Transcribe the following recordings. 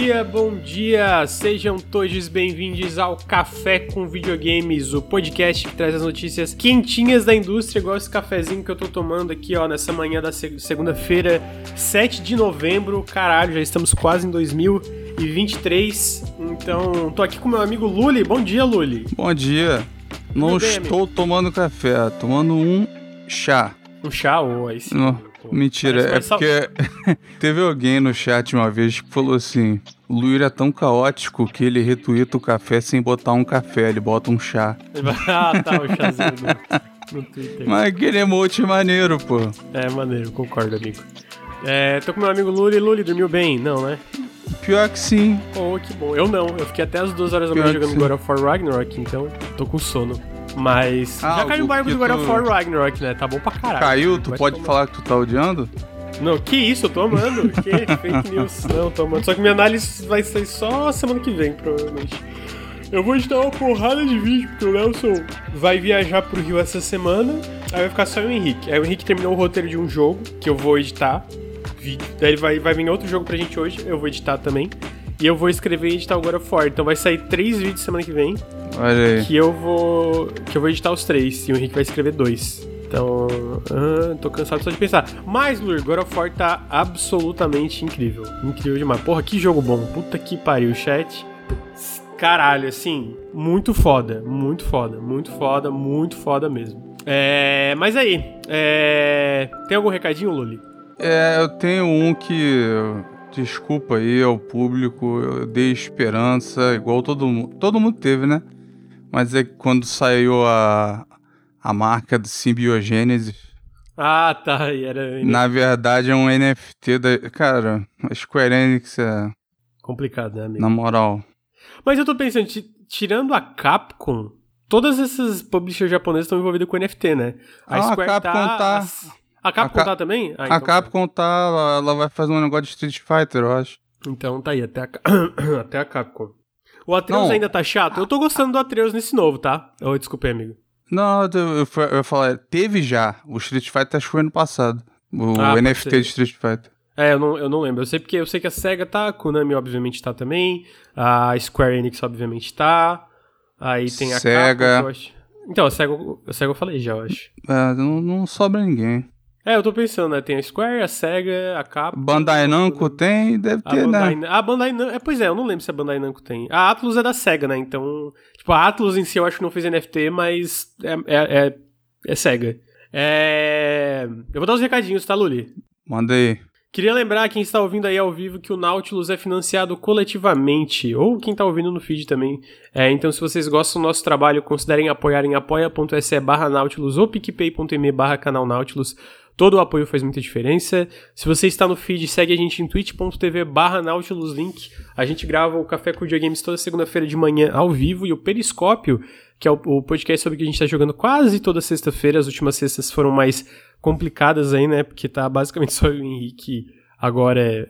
bom dia! Sejam todos bem-vindos ao Café com Videogames, o podcast que traz as notícias quentinhas da indústria, igual esse cafezinho que eu tô tomando aqui, ó, nessa manhã da segunda-feira, 7 de novembro. Caralho, já estamos quase em 2023, então tô aqui com meu amigo Luli. Bom dia, Luli! Bom dia! Não estou tomando café, tomando um chá. Um chá ou aí sim? Não, mentira, é porque teve alguém no chat uma vez que falou assim: o Luir é tão caótico que ele retuita o café sem botar um café, ele bota um chá. Ah, tá, o chazinho no Twitter. Mas aquele emote é maneiro, pô. É maneiro, concordo, amigo. Tô com meu amigo Luli. Luli, dormiu bem? Não, né? Pior que sim. Oh, que bom. Eu não, eu fiquei até as 2 horas da manhã jogando God of War Ragnarok, então tô com sono. Mas já caiu o barco do God of War Ragnarok, né? Tá bom pra caralho. Caiu? Tu pode falar que tu tá odiando? Não, que isso, eu tô amando. Que fake news. Não, tô amando. Só que minha análise vai sair só semana que vem, provavelmente. Eu vou editar uma porrada de vídeo, porque o Nelson vai viajar pro Rio essa semana. Aí vai ficar só eu e o Henrique. Aí o Henrique terminou o roteiro de um jogo, que eu vou editar. Vídeo. Daí vai vir outro jogo pra gente hoje, eu vou editar também. E eu vou escrever e editar o God of War. Então vai sair 3 vídeos semana que vem. Olha aí. Que eu vou editar os 3 e o Henrique vai escrever 2. Então, tô cansado só de pensar. Mas, Lur, God of War tá absolutamente incrível. Incrível demais. Porra, que jogo bom. Puta que pariu, chat. Caralho, assim, muito foda. Muito foda, muito foda, muito foda mesmo. Mas aí, tem algum recadinho, Luli? Eu tenho um que... Desculpa aí ao público, eu dei esperança, igual todo mundo teve, né? Mas é que quando saiu a marca do Symbiogênesis... Ah, tá, e era... Na verdade é um NFT da... Cara, a Square Enix é... complicado, né, amigo? Na moral. Mas eu tô pensando, tirando a Capcom, todas essas publishers japonesas estão envolvidas com NFT, né? A Capcom tá... A Capcom tá também? A Capcom tá, ela vai fazer um negócio de Street Fighter, eu acho. Então tá aí, até a Capcom. O Atreus ainda tá chato? Eu tô gostando do Atreus nesse novo, tá? Desculpa aí, amigo. Não, eu ia falar, teve já. O Street Fighter acho que foi ano passado. O NFT de Street Fighter. Eu não lembro. Eu sei que a SEGA tá, a Konami obviamente tá também, a Square Enix obviamente tá, aí tem a SEGA. Capcom, eu acho. Então, a SEGA eu falei já, eu acho. Não sobra ninguém. Eu tô pensando, né? Tem a Square, a SEGA, a Capcom... Bandai Namco tem? Deve ter, né? A Bandai Namco... Pois é, eu não lembro se a Bandai Namco tem. A Atlus é da SEGA, né? Então... Tipo, a Atlus em si eu acho que não fez NFT, mas é SEGA. Eu vou dar os recadinhos, tá, Luli? Manda aí. Queria lembrar quem está ouvindo aí ao vivo que o Nautilus é financiado coletivamente, ou quem está ouvindo no feed também. Então, se vocês gostam do nosso trabalho, considerem apoiar em apoia.se/Nautilus ou picpay.me/canal Nautilus. Todo o apoio faz muita diferença. Se você está no feed, segue a gente em twitch.tv/NautilusLink. A gente grava o Café com Videogames toda segunda-feira de manhã ao vivo. E o Periscópio, que é o podcast sobre o que a gente está jogando quase toda sexta-feira. As últimas sextas foram mais complicadas aí, né? Porque tá basicamente só eu e o Henrique agora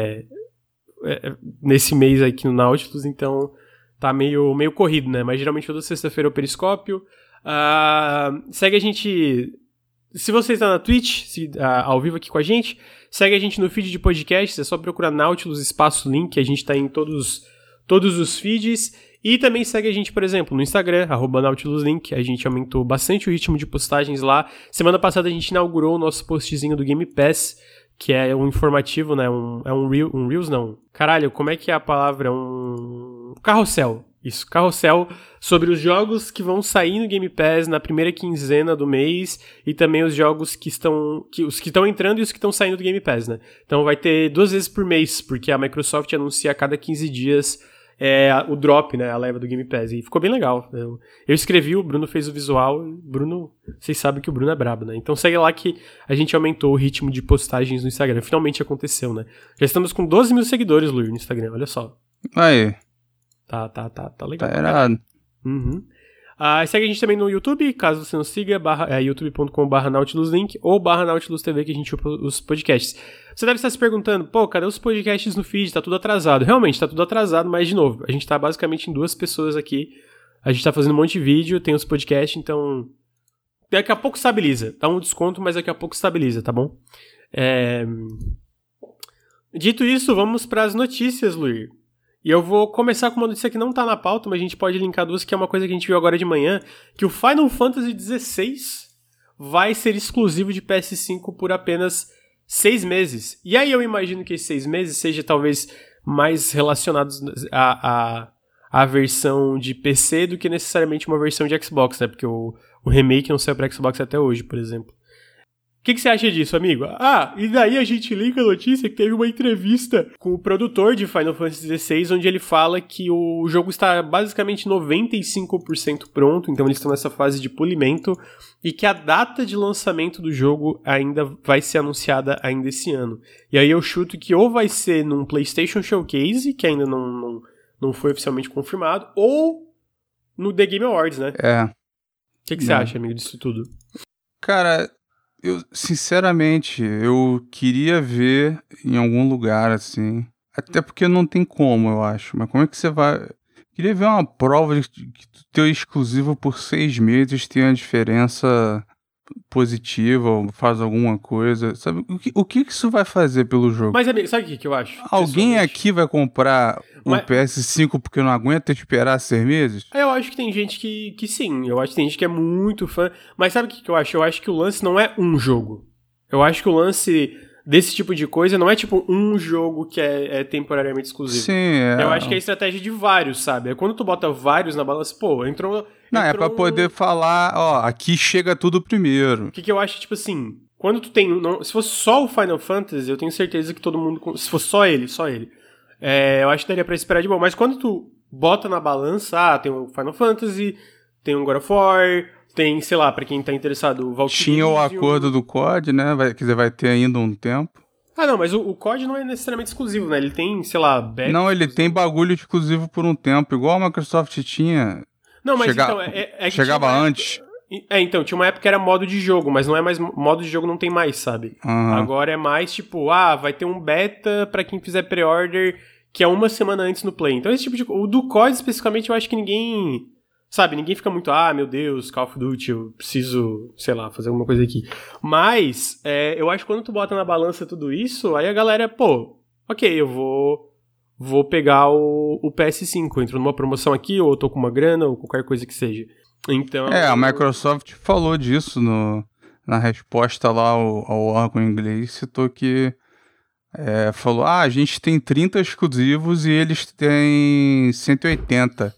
nesse mês aqui no Nautilus. Então tá meio corrido, né? Mas geralmente toda sexta-feira é o Periscópio. Segue a gente... Se você está na Twitch, ao vivo aqui com a gente, segue a gente no feed de podcasts, é só procurar Nautilus espaço link, a gente está em todos os feeds, e também segue a gente, por exemplo, no Instagram, @NautilusLink, a gente aumentou bastante o ritmo de postagens lá. Semana passada a gente inaugurou o nosso postzinho do Game Pass, que é um informativo, né, um Reels não, caralho, como é que é a palavra? Um carrossel. Isso, carrossel sobre os jogos que vão sair no Game Pass na primeira quinzena do mês e também os jogos os que estão entrando e os que estão saindo do Game Pass, né? Então vai ter 2 vezes por mês, porque a Microsoft anuncia a cada 15 dias o drop, né? A leva do Game Pass. E ficou bem legal. Eu escrevi, o Bruno fez o visual. Bruno, vocês sabem que o Bruno é brabo, né? Então segue lá que a gente aumentou o ritmo de postagens no Instagram. Finalmente aconteceu, né? Já estamos com 12 mil seguidores, Luir, no Instagram, olha só. Aí. Tá legal. Tá errado. Uhum. Segue a gente também no YouTube, caso você não siga, youtube.com/NautilusLink ou /NautilusTV, que a gente upa os podcasts. Você deve estar se perguntando, cadê os podcasts no feed? Tá tudo atrasado. Realmente, tá tudo atrasado, mas de novo, a gente tá basicamente em 2 pessoas aqui. A gente tá fazendo um monte de vídeo, tem os podcasts, então... Daqui a pouco estabiliza. Dá um desconto, mas daqui a pouco estabiliza, tá bom? Dito isso, vamos pras notícias, Luir. E eu vou começar com uma notícia que não tá na pauta, mas a gente pode linkar duas, que é uma coisa que a gente viu agora de manhã, que o Final Fantasy XVI vai ser exclusivo de PS5 por apenas 6 meses. E aí eu imagino que esses 6 meses seja talvez mais relacionados à versão de PC do que necessariamente uma versão de Xbox, né? Porque o remake não saiu pra Xbox até hoje, por exemplo. O que você acha disso, amigo? E daí a gente liga a notícia que teve uma entrevista com o produtor de Final Fantasy XVI, onde ele fala que o jogo está basicamente 95% pronto, então eles estão nessa fase de polimento, e que a data de lançamento do jogo ainda vai ser anunciada ainda esse ano. E aí eu chuto que ou vai ser num PlayStation Showcase, que ainda não foi oficialmente confirmado, ou no The Game Awards, né? O que você acha, amigo, disso tudo? Cara, eu, sinceramente, eu queria ver em algum lugar, assim. Até porque não tem como, eu acho. Mas como é que você vai... Queria ver uma prova de que teu exclusivo por 6 meses tem uma diferença positiva ou faz alguma coisa. Sabe? O que isso vai fazer pelo jogo? Mas, amigo, sabe o que eu acho? Alguém aqui vai comprar o PS5 porque não aguenta esperar 6 meses? Eu acho que tem gente que sim. Eu acho que tem gente que é muito fã. Mas sabe o que eu acho? Eu acho que o lance não é um jogo. Eu acho que o lance desse tipo de coisa não é tipo um jogo que é temporariamente exclusivo. Sim, Eu acho que é a estratégia de vários, sabe? É quando tu bota vários na balança, pô, entrou é pra poder falar, ó, aqui chega tudo primeiro. O que eu acho, tipo assim, quando tu tem... se fosse só o Final Fantasy, eu tenho certeza que todo mundo... Se fosse só ele, eu acho que daria pra esperar de bom. Mas quando tu bota na balança, tem o Final Fantasy, tem o God of War, tem, sei lá, pra quem tá interessado, o Valkyrie. Tinha o acordo do COD, né? Quer dizer, vai ter ainda um tempo. Não, mas o COD não é necessariamente exclusivo, né? Ele tem, sei lá, beta. Não, ele tem bagulho exclusivo por um tempo, igual a Microsoft tinha. Não, mas então, que chegava antes. Então, tinha uma época que era modo de jogo, mas não é mais... Modo de jogo não tem mais, sabe? Uhum. Agora é mais, tipo, vai ter um beta pra quem fizer pre-order, que é uma semana antes no Play. Então, esse tipo de... O do COD, especificamente, eu acho que ninguém... Sabe, ninguém fica muito, meu Deus, Call of Duty, eu preciso, sei lá, fazer alguma coisa aqui. Mas, eu acho que quando tu bota na balança tudo isso, aí a galera, ok, eu vou pegar o PS5, entro numa promoção aqui, ou eu tô com uma grana, ou qualquer coisa que seja. Então... a Microsoft falou disso na resposta lá ao órgão inglês, citou que falou, a gente tem 30 exclusivos e eles têm 180.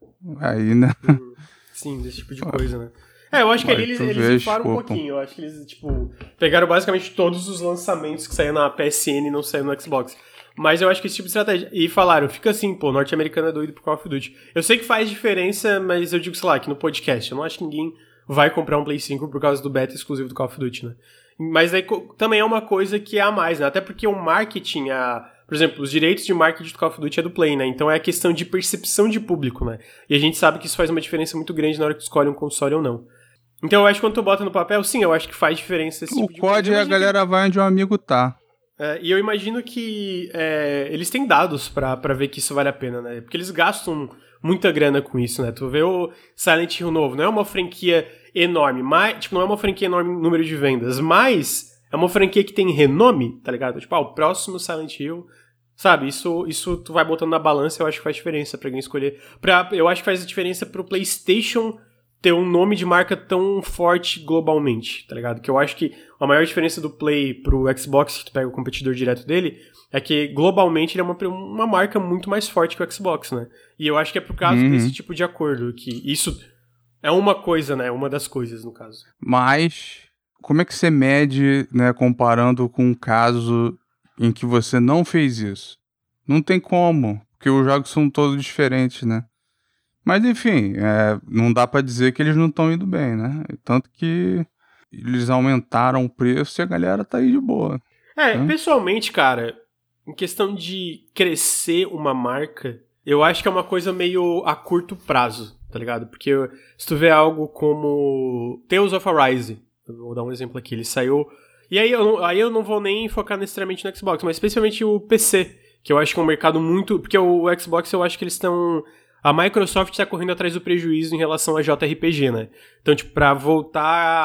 Aí, né? Sim, desse tipo de coisa, né? Eu acho que ali eles inflaram um pouquinho. Eu acho que eles, pegaram basicamente todos os lançamentos que saíram na PSN e não saíram no Xbox. Mas eu acho que esse tipo de estratégia... E falaram, fica assim, norte-americano é doido pro Call of Duty. Eu sei que faz diferença, mas eu digo, sei lá, aqui no podcast. Eu não acho que ninguém vai comprar um Play 5 por causa do beta exclusivo do Call of Duty, né? Mas aí também é uma coisa que é a mais, né? Até porque o marketing, por exemplo, os direitos de marketing do Call of Duty é do Play, né? Então é a questão de percepção de público, né? E a gente sabe que isso faz uma diferença muito grande na hora que tu escolhe um console ou não. Então eu acho que quando tu bota no papel, sim, eu acho que faz diferença esse tipo de coisa. O COD a galera vai onde um amigo tá. E eu imagino que eles têm dados pra ver que isso vale a pena, né? Porque eles gastam muita grana com isso, né? Tu vê o Silent Hill novo, não é uma franquia enorme, mas, não é uma franquia enorme em número de vendas, mas é uma franquia que tem renome, tá ligado? O próximo Silent Hill, sabe? Isso tu vai botando na balança, eu acho que faz diferença pra alguém escolher. Eu acho que faz diferença pro PlayStation ter um nome de marca tão forte globalmente, tá ligado? Que eu acho que a maior diferença do Play pro Xbox, que tu pega o competidor direto dele, é que globalmente ele é uma marca muito mais forte que o Xbox, né? E eu acho que é por causa desse tipo de acordo, que isso é uma coisa, né? Uma das coisas, no caso. Mas como é que você mede, né, comparando com um caso em que você não fez isso? Não tem como, porque os jogos são todos diferentes, né? Mas, enfim, não dá pra dizer que eles não estão indo bem, né? Tanto que eles aumentaram o preço e a galera tá aí de boa. Pessoalmente, cara, em questão de crescer uma marca, eu acho que é uma coisa meio a curto prazo, tá ligado? Porque se tu vê algo como Tales of Arise, eu vou dar um exemplo aqui, ele saiu... E aí eu não vou nem focar necessariamente no Xbox, mas especialmente o PC, que eu acho que é um mercado muito... Porque o Xbox eu acho que eles estão... A Microsoft tá correndo atrás do prejuízo em relação a JRPG, né? Então, pra voltar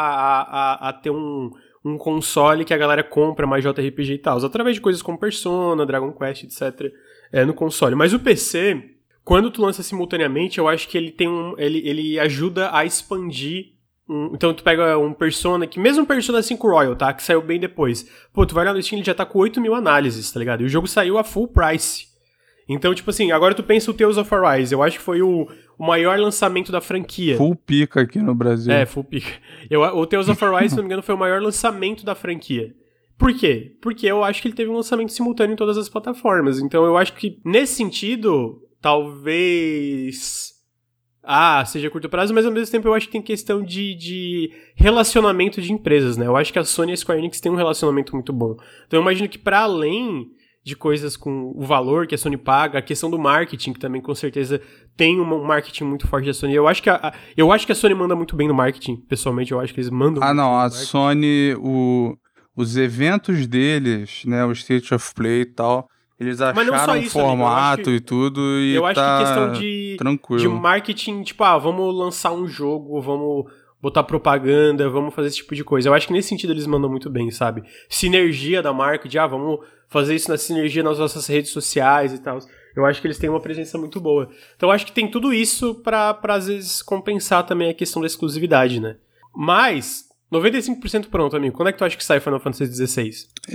a ter um console que a galera compra mais JRPG e tal, através de coisas como Persona, Dragon Quest, etc. no console. Mas o PC, quando tu lança simultaneamente, eu acho que ele tem ele ajuda a expandir. Então tu pega um Persona, que mesmo um Persona 5 Royal, tá? Que saiu bem depois. Pô, tu vai lá no Steam, ele já tá com 8.000 análises, tá ligado? E o jogo saiu a full price. Então, tipo assim, agora tu pensa o Tales of Arise. Eu acho que foi o maior lançamento da franquia. Full pica aqui no Brasil. Full pica. O Tales of Arise, se não me engano, foi o maior lançamento da franquia. Por quê? Porque eu acho que ele teve um lançamento simultâneo em todas as plataformas. Então eu acho que, nesse sentido, talvez... seja curto prazo, mas ao mesmo tempo eu acho que tem questão de relacionamento de empresas, né? Eu acho que a Sony e a Square Enix têm um relacionamento muito bom. Então eu imagino que para além de coisas com o valor que a Sony paga, a questão do marketing, que também com certeza tem um marketing muito forte da Sony. Eu acho que a Sony manda muito bem no marketing, pessoalmente, eu acho que eles mandam muito não, bem a Sony, os eventos deles, né, o State of Play e tal, eles acharam o formato e tudo e eu acho que questão de tranquilo. marketing, tipo, vamos lançar um jogo, vamos botar propaganda, vamos fazer esse tipo de coisa. Eu acho que nesse sentido eles mandam muito bem, sabe? Sinergia da marca, de vamos fazer isso na sinergia nas nossas redes sociais e tal. Eu acho que eles têm uma presença muito boa. Então eu acho que tem tudo isso pra às vezes compensar também a questão da exclusividade, né? Mas 95% pronto, amigo. Quando é que tu acha que sai Final Fantasy XVI?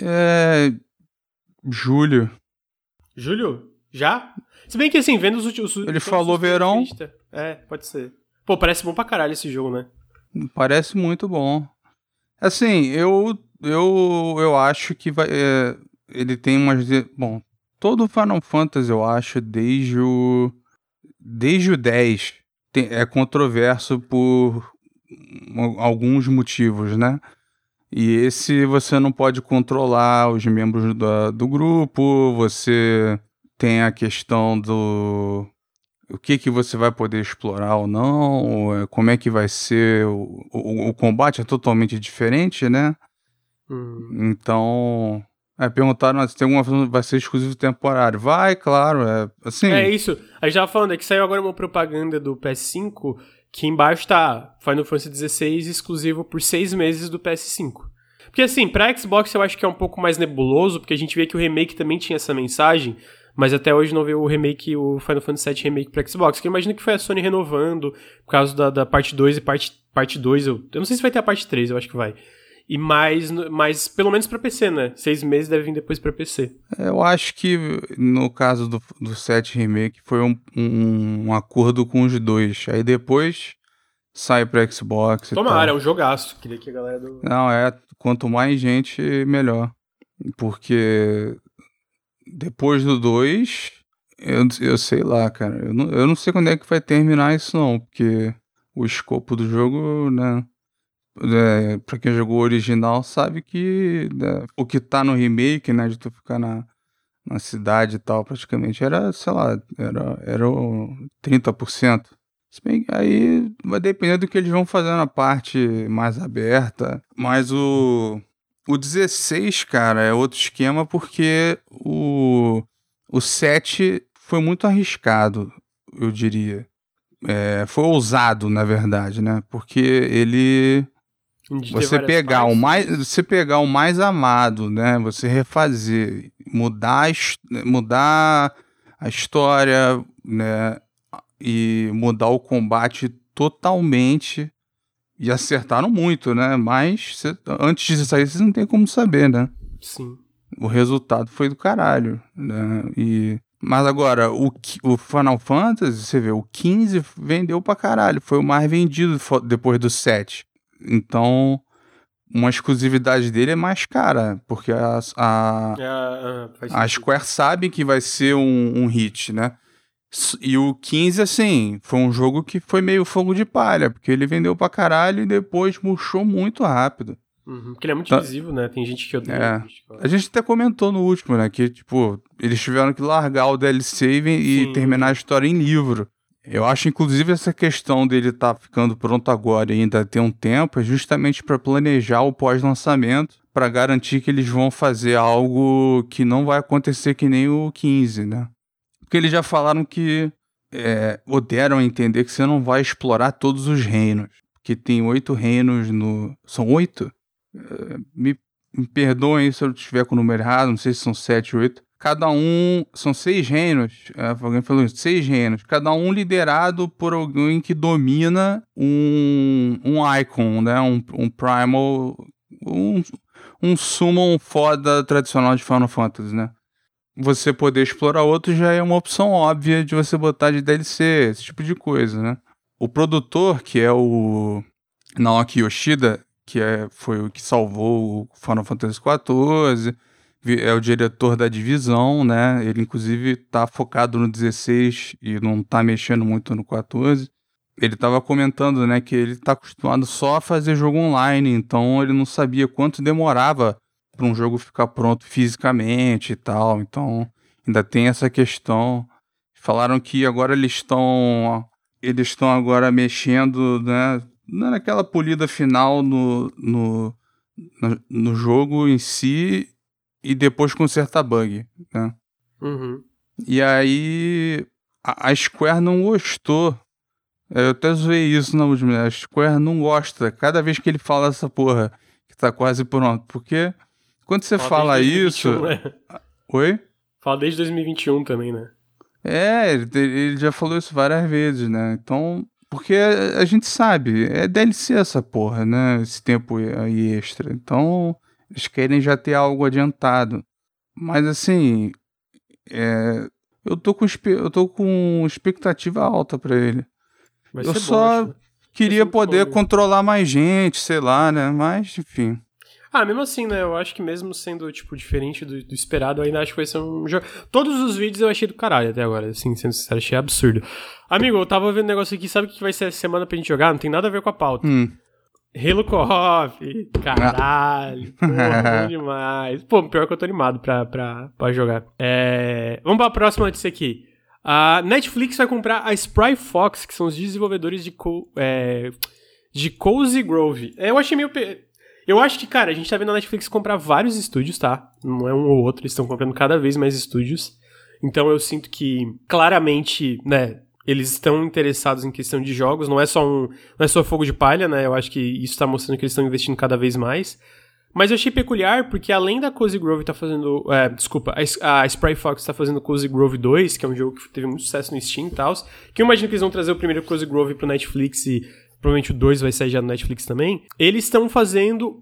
Julho. Julho? Já? Se bem que assim, vendo os últimos... Ele falou verão. Pode ser. Pô, parece bom pra caralho esse jogo, né? Parece muito bom. Assim, eu acho que vai... ele tem umas... Bom, todo Final Fantasy, eu acho, desde o 10, é controverso por alguns motivos, né? E esse você não pode controlar os membros do grupo, você tem a questão do... o que você vai poder explorar ou não, como é que vai ser o combate é totalmente diferente, né? Então, perguntaram se tem alguma coisa vai ser exclusivo temporário. Vai, claro, assim... É isso, a gente tava falando, que saiu agora uma propaganda do PS5, que embaixo tá Final Fantasy XVI exclusivo por 6 meses do PS5. Porque assim, pra Xbox eu acho que é um pouco mais nebuloso, porque a gente vê que o remake também tinha essa mensagem, mas até hoje não veio o remake, o Final Fantasy VII Remake pra Xbox, que eu imagino que foi a Sony renovando, por causa da parte 2 e parte 2, eu não sei se vai ter a parte 3, eu acho que vai. E mais pelo menos pra PC, né? 6 meses deve vir depois pra PC. Eu acho que no caso do 7 Remake foi um acordo com os dois, aí depois sai pra Xbox e tal. Tomara, é um jogaço, queria que a galera do... Não, quanto mais gente, melhor, porque... Depois do 2, eu sei lá, cara. Eu não sei quando é que vai terminar isso, não. Porque o escopo do jogo, né? Pra quem jogou o original, sabe que o que tá no remake, né? De tu ficar na cidade e tal, praticamente era, sei lá, era 30%. Se bem que aí vai depender do que eles vão fazer na parte mais aberta. Mas o 16, cara, é outro esquema porque o 7 foi muito arriscado, eu diria. Foi ousado, na verdade, né? Porque ele... Você pegar o mais amado, né? Você refazer, mudar a história, né? E mudar o combate totalmente... E acertaram muito, né? Mas antes de sair, vocês não tem como saber, né? Sim. O resultado foi do caralho, né? Mas agora, o Final Fantasy, você vê, o 15 vendeu pra caralho. Foi o mais vendido depois do 7. Então, uma exclusividade dele é mais cara. Porque a Square sabe que vai ser um hit, né? E o 15, assim, foi um jogo que foi meio fogo de palha, porque ele vendeu pra caralho e depois murchou muito rápido. Porque ele é muito divisivo, né? Tem gente que odeia. A gente até comentou no último, né? Que, tipo, eles tiveram que largar o DLC e terminar a história em livro. Eu acho, inclusive, essa questão dele estar ficando pronto agora e ainda ter um tempo é justamente para planejar o pós-lançamento, para garantir que eles vão fazer algo que não vai acontecer que nem o 15, né? Porque eles já falaram que deram a entender que você não vai explorar todos os reinos. Porque tem 8 reinos no... São 8? Me perdoem se eu estiver com o número errado, não sei se são 7 ou 8. cada um... São 6 reinos, alguém falou isso, 6 reinos, cada um liderado por alguém que domina um icon, né? Um primal... Um summon foda tradicional de Final Fantasy, né? Você poder explorar outro já é uma opção óbvia de você botar de DLC, esse tipo de coisa, né? O produtor, que é o Naoki Yoshida, foi o que salvou o Final Fantasy XIV, é o diretor da divisão, né? Ele, inclusive, tá focado no 16 e não tá mexendo muito no 14. Ele tava comentando, né, que ele tá acostumado só a fazer jogo online, então ele não sabia quanto demorava para um jogo ficar pronto fisicamente e tal. Então, ainda tem essa questão. Falaram que agora eles estão agora mexendo, né, naquela polida final no jogo em si e depois consertar bug, né? Uhum. E aí a Square não gostou. Eu até zoei isso na última. A Square não gosta. Cada vez que ele fala essa porra que tá quase pronto. Porque quando você fala isso... 2021, né? Oi? Fala desde 2021 também, né? Ele já falou isso várias vezes, né? Então... Porque a gente sabe, é DLC essa porra, né? Esse tempo aí extra. Então, eles querem já ter algo adiantado. Mas assim... Eu tô com expectativa alta pra ele. Eu só queria poder controlar mais gente, sei lá, né? Mas, enfim. Mesmo assim, né? Eu acho que mesmo sendo, tipo, diferente do esperado, eu ainda acho que vai ser um jogo... Todos os vídeos eu achei do caralho até agora, assim, sendo sincero, achei absurdo. Amigo, eu tava vendo um negócio aqui, sabe o que vai ser essa semana pra gente jogar? Não tem nada a ver com a pauta. Halo Co-op, caralho, porra, bom demais. Pô, pior que eu tô animado pra jogar. Vamos pra próxima disso aqui. A Netflix vai comprar a Spry Fox, que são os desenvolvedores de Cozy Grove. Eu achei meio... Eu acho que, cara, a gente tá vendo a Netflix comprar vários estúdios, tá? Não é um ou outro, eles estão comprando cada vez mais estúdios. Então eu sinto que, claramente, né, eles estão interessados em questão de jogos, não é só fogo de palha, né? Eu acho que isso tá mostrando que eles estão investindo cada vez mais. Mas eu achei peculiar porque além da Cozy Grove tá fazendo... a Spry Fox tá fazendo Cozy Grove 2, que é um jogo que teve muito sucesso no Steam e tal, que eu imagino que eles vão trazer o primeiro Cozy Grove pro Netflix e provavelmente o 2 vai sair já no Netflix também. Eles estão fazendo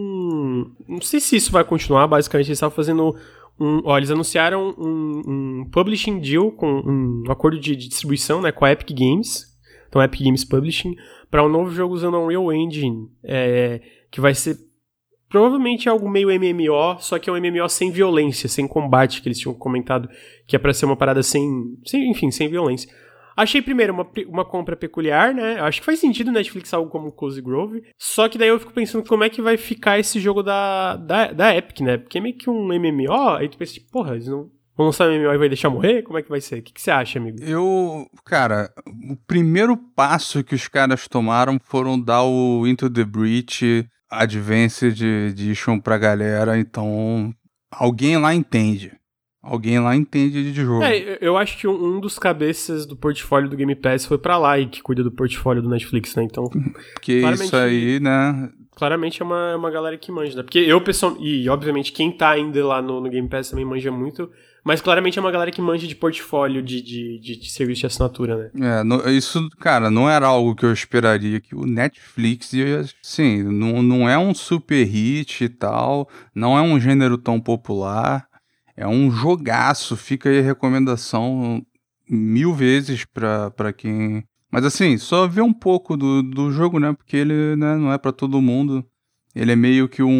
não sei se isso vai continuar, basicamente eles estavam fazendo eles anunciaram um publishing deal, com um acordo de distribuição, né, com a Epic Games, então Epic Games Publishing, para um novo jogo usando a Unreal Engine, que vai ser provavelmente algo meio MMO, só que é um MMO sem violência, sem combate, que eles tinham comentado que é pra ser uma parada sem violência. Achei, primeiro, uma compra peculiar, né? Acho que faz sentido Netflix algo como Cozy Grove. Só que daí eu fico pensando como é que vai ficar esse jogo da Epic, né? Porque é meio que um MMO, aí tu pensa, tipo, porra, eles não vão lançar um MMO e vai deixar morrer? Como é que vai ser? O que você acha, amigo? Cara, o primeiro passo que os caras tomaram foram dar o Into the Breach Advanced Edition pra galera, então alguém lá entende. Alguém lá entende de jogo. Eu acho que um dos cabeças do portfólio do Game Pass foi pra lá e que cuida do portfólio do Netflix, né? Então, porque isso aí, né? Claramente é uma galera que manja, né? Porque eu, pessoalmente, e obviamente quem tá ainda lá no Game Pass também manja muito, mas claramente é uma galera que manja de portfólio de serviço de assinatura, né? Isso, cara, não era algo que eu esperaria que o Netflix ia, assim, não é um super hit e tal, não é um gênero tão popular. É um jogaço, fica aí a recomendação 1000 vezes pra quem... Mas assim, só ver um pouco do jogo, né? Porque ele, né, não é pra todo mundo. Ele é meio que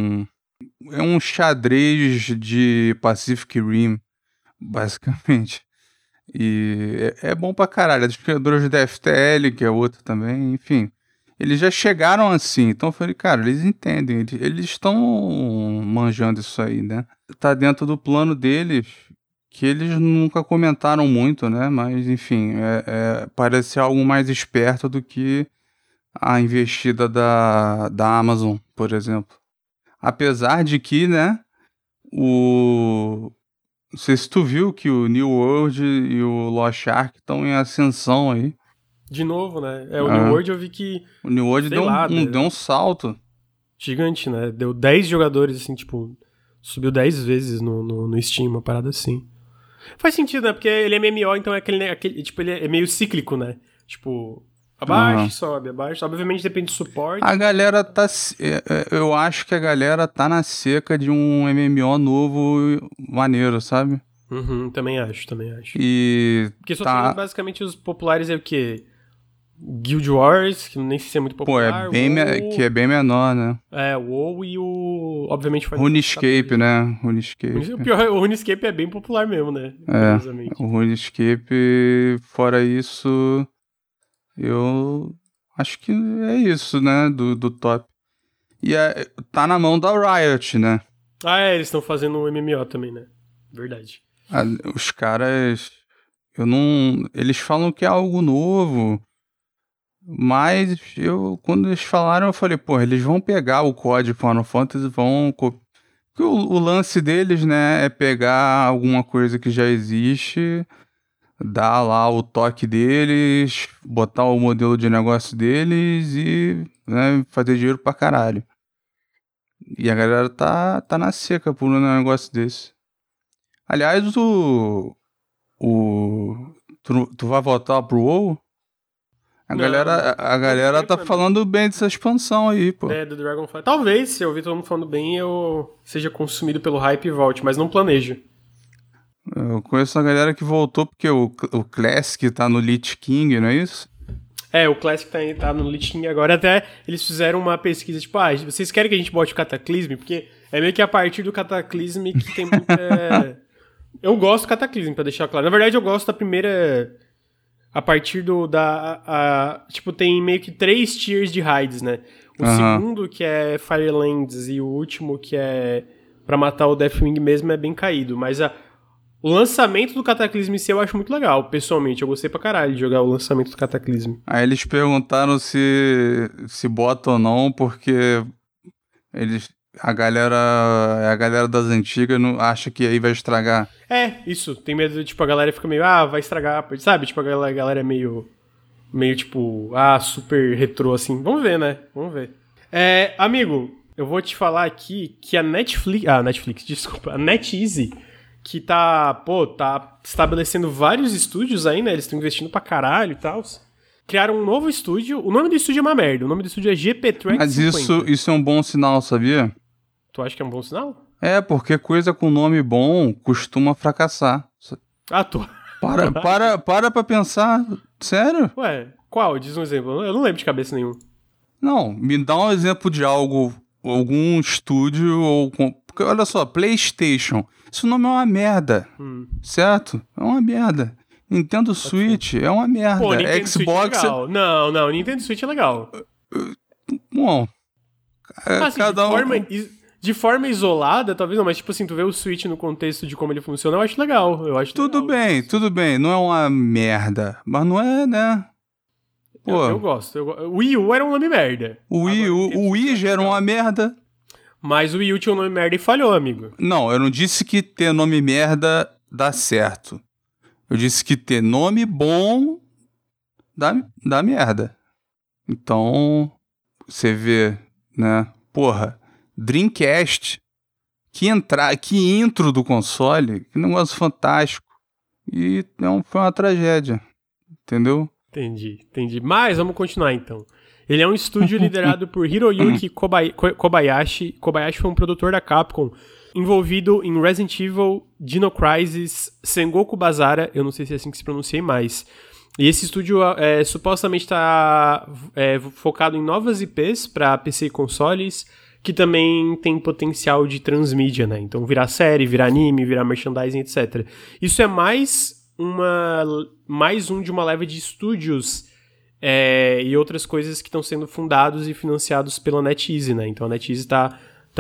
é um xadrez de Pacific Rim, basicamente. E é bom pra caralho. Dos criadores da FTL, que é outro também, enfim. Eles já chegaram assim, então eu falei, cara, eles entendem, eles estão manjando isso aí, né? Tá dentro do plano deles, que eles nunca comentaram muito, né? Mas, enfim, parece algo mais esperto do que a investida da Amazon, por exemplo. Apesar de que, né, não sei se tu viu que o New World e o Lost Ark estão em ascensão aí. De novo, né? O New World eu vi que... O New World deu um salto. Gigante, né? Deu 10 jogadores, assim, tipo... Subiu 10 vezes no Steam, uma parada assim. Faz sentido, né? Porque ele é MMO, então é aquele tipo, ele é meio cíclico, né? Tipo, abaixa, sobe, abaixa. Obviamente depende do suporte. A galera tá... Eu acho que a galera tá na seca de um MMO novo maneiro, sabe? Também acho. E Porque só tem basicamente os populares é o quê? Guild Wars, que nem sei se é muito popular. Que é bem menor, né? O WoW e o... Obviamente... RuneScape, né? O pior, o RuneScape é bem popular mesmo, né? O RuneScape, fora isso... Eu acho que é isso, né? Do top. E tá na mão da Riot, né? Eles estão fazendo um MMO também, né? Verdade. Os caras... Eles falam que é algo novo... Mas quando eles falaram, eu falei, pô, eles vão pegar o código Final Fantasy, porque o lance deles, né, é pegar alguma coisa que já existe, dar lá o toque deles, botar o modelo de negócio deles e, né, fazer dinheiro pra caralho. E a galera tá na seca por um negócio desse. Aliás, tu vai votar pro WoW? A galera tá falando bem dessa expansão aí, pô. Do Dragonfly. Talvez, se eu ouvir todo mundo falando bem, eu seja consumido pelo hype e volte, mas não planejo. Eu conheço uma galera que voltou porque o Classic tá no Lich King, não é isso? O Classic tá no Lich King agora. Até eles fizeram uma pesquisa, tipo, vocês querem que a gente bote o Cataclysm? Porque é meio que a partir do Cataclysm que tem muita... Eu gosto do Cataclysm, pra deixar claro. Na verdade, eu gosto da primeira... A partir tipo, tem meio que 3 tiers de raids, né? O segundo, que é Firelands, e o último, que é pra matar o Deathwing mesmo, é bem caído. Mas o lançamento do Cataclysm em si eu acho muito legal, pessoalmente. Eu gostei pra caralho de jogar o lançamento do Cataclysm. Aí eles perguntaram se bota ou não, porque a galera das antigas não acha que aí vai estragar. Isso. Tem medo, tipo, a galera fica meio, vai estragar, sabe? Tipo, a galera é meio tipo, super retrô, assim. Vamos ver, né? Vamos ver. Amigo, eu vou te falar aqui que a Netflix, desculpa, a NetEase, que tá estabelecendo vários estúdios aí, né? Eles estão investindo pra caralho e tal. Criaram um novo estúdio. O nome do estúdio é uma merda. O nome do estúdio é GP Track 50. Mas isso é um bom sinal, sabia? Tu acha que é um bom sinal? Porque coisa com nome bom costuma fracassar. Para pra pensar. Sério? Ué, qual? Diz um exemplo. Eu não lembro de cabeça nenhum. Não, me dá um exemplo de algum estúdio porque olha só, PlayStation. Esse nome é uma merda. Certo? É uma merda. Nintendo Switch é uma merda. Pô, Nintendo Xbox Switch é legal. Não, Nintendo Switch é legal. Bom, assim, cada de forma isolada, talvez não, mas tipo assim, tu vê o Switch no contexto de como ele funciona, eu acho legal. Tudo bem, não é uma merda, mas não é, né? Pô, eu gosto. O Wii U era um nome merda. O Wii já era uma merda. Mas o Wii U tinha um nome merda e falhou, amigo. Não, eu não disse que ter nome merda dá certo. Eu disse que ter nome bom dá merda. Então, você vê, né? Porra, Dreamcast, que intro do console, que negócio fantástico. E foi uma tragédia, entendeu? Entendi. Mas vamos continuar então. Ele é um estúdio liderado por Hiroyuki Kobayashi. Kobayashi foi um produtor da Capcom envolvido em Resident Evil, Dino Crisis, Sengoku Basara, eu não sei se é assim que se pronuncia mais. E esse estúdio supostamente está focado em novas IPs para PC e consoles, que também tem potencial de transmídia, né? Então virar série, virar anime, virar merchandising, etc. Isso é mais um de uma leva de estúdios e outras coisas que estão sendo fundados e financiados pela NetEase, né? Então a NetEase está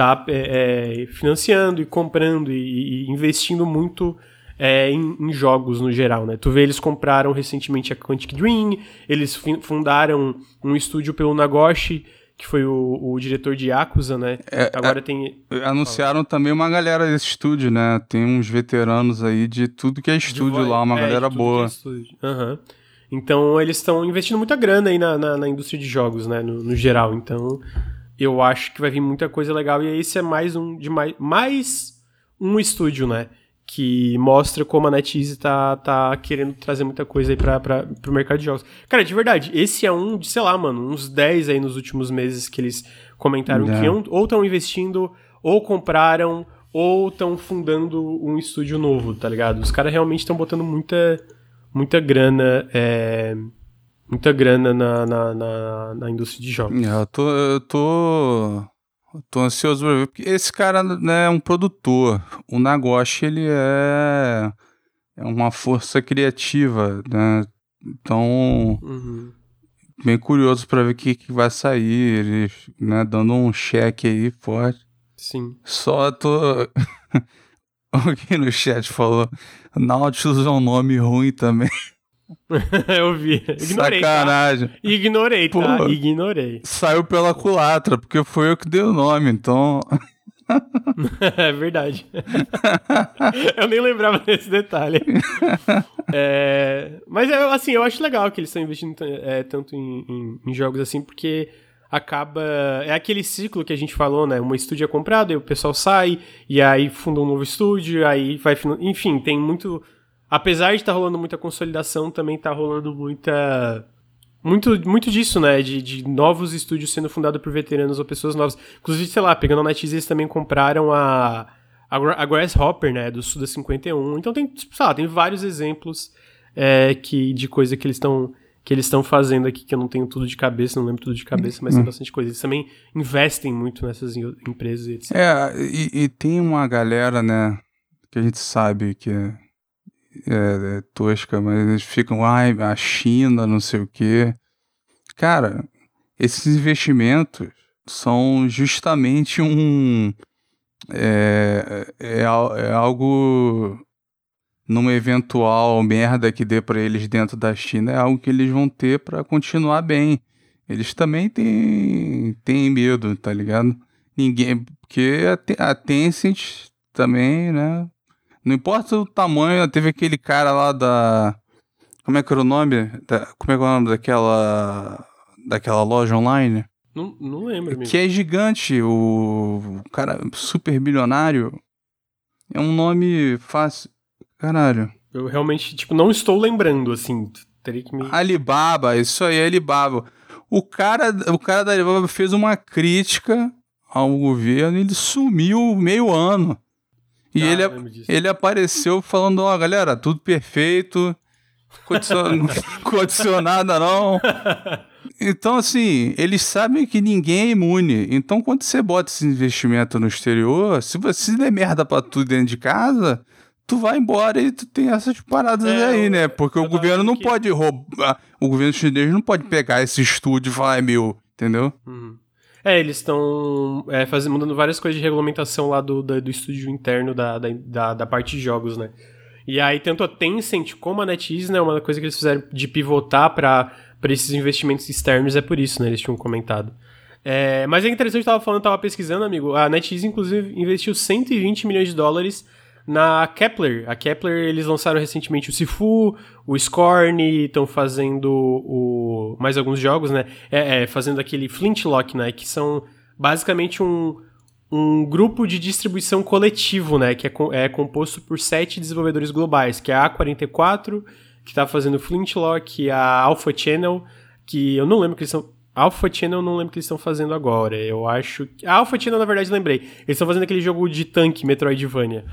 financiando e comprando e investindo muito em jogos no geral, né? Tu vê, eles compraram recentemente a Quantic Dream, eles fundaram um estúdio pelo Nagoshi, que foi o diretor de Yakuza, né? Agora tem... Anunciaram também uma galera desse estúdio, né? Tem uns veteranos aí de tudo que é estúdio lá, uma galera boa. Então, eles estão investindo muita grana aí na indústria de jogos, né? No geral. Então, eu acho que vai vir muita coisa legal. E esse é mais um estúdio, né? Que mostra como a NetEase tá querendo trazer muita coisa aí pro mercado de jogos. Cara, de verdade, esse é um de, sei lá, mano, uns 10 aí nos últimos meses que eles comentaram que ou estão investindo, ou compraram, ou estão fundando um estúdio novo, tá ligado? Os caras realmente estão botando muita grana, muita grana na indústria de jogos. Eu tô ansioso pra ver, porque esse cara, né, é um produtor. O Nagoshi, ele é uma força criativa, né? Então, bem curioso pra ver o que vai sair. Ele, né, dando um cheque aí forte. Sim. Só tô... Alguém no chat falou, Nautilus é um nome ruim também. Eu vi. Ignorei, sacanagem. Tá? Ignorei, Pô, tá? Ignorei. Saiu pela culatra, porque foi eu que dei o nome, então... É verdade. Eu nem lembrava desse detalhe. Mas, assim, eu acho legal que eles estão investindo tanto em jogos assim, porque acaba... É aquele ciclo que a gente falou, né? Um estúdio é comprado, aí o pessoal sai, e aí funda um novo estúdio, aí vai... Enfim, tem muito... Apesar de estar rolando muita consolidação, também tá rolando muito disso, né? De novos estúdios sendo fundados por veteranos ou pessoas novas. Inclusive, sei lá, pegando a NetEase, eles também compraram a Grasshopper, né? Do Suda 51. Então tem, sei lá, tem vários exemplos de coisa que eles estão fazendo aqui, que eu não tenho tudo de cabeça, não lembro tudo de cabeça, mas tem bastante coisa. Eles também investem muito nessas empresas, etc. E tem uma galera, né? Que a gente sabe que é tosca, mas eles ficam, a China, não sei o quê. Cara, esses investimentos são justamente algo numa eventual merda que dê pra eles dentro da China, é algo que eles vão ter pra continuar bem. Eles também têm medo, tá ligado? Porque a Tencent também, né? Não importa o tamanho, teve aquele cara lá como é que era o nome? Como é que é o nome daquela loja online? Não lembro, amigo. Que é gigante, o cara super bilionário. É um nome fácil. Caralho. Eu realmente, não estou lembrando, assim. Teria que me... Alibaba, isso aí, Alibaba. O cara da Alibaba fez uma crítica ao governo e ele sumiu meio ano. E ele apareceu falando, galera, tudo perfeito, condicionada não. Então, assim, eles sabem que ninguém é imune. Então, quando você bota esse investimento no exterior, se você der merda pra tudo dentro de casa, tu vai embora e tu tem essas paradas aí, né? Porque o governo não pode roubar, o governo chinês não pode pegar esse estúdio e falar, meu, entendeu? Eles estão mudando várias coisas de regulamentação lá do estúdio interno da parte de jogos, né? E aí, tanto a Tencent como a NetEase, né? Uma coisa que eles fizeram de pivotar para esses investimentos externos é por isso, né? Eles tinham comentado. Mas é interessante, eu tava pesquisando, amigo. A NetEase, inclusive, investiu 120 milhões de dólares na Kepler. A Kepler, eles lançaram recentemente o Sifu, o Scorn, estão fazendo mais alguns jogos, né? Fazendo aquele Flintlock, né? Que são basicamente um grupo de distribuição coletivo, né? Que é composto por 7 desenvolvedores globais, que é a A44, que tá fazendo Flintlock, a Alpha Channel, que eu não lembro que eles são... Alpha Channel eu não lembro o que eles estão fazendo agora. Eu acho... A Alpha Channel, na verdade, lembrei. Eles estão fazendo aquele jogo de tanque, Metroidvania.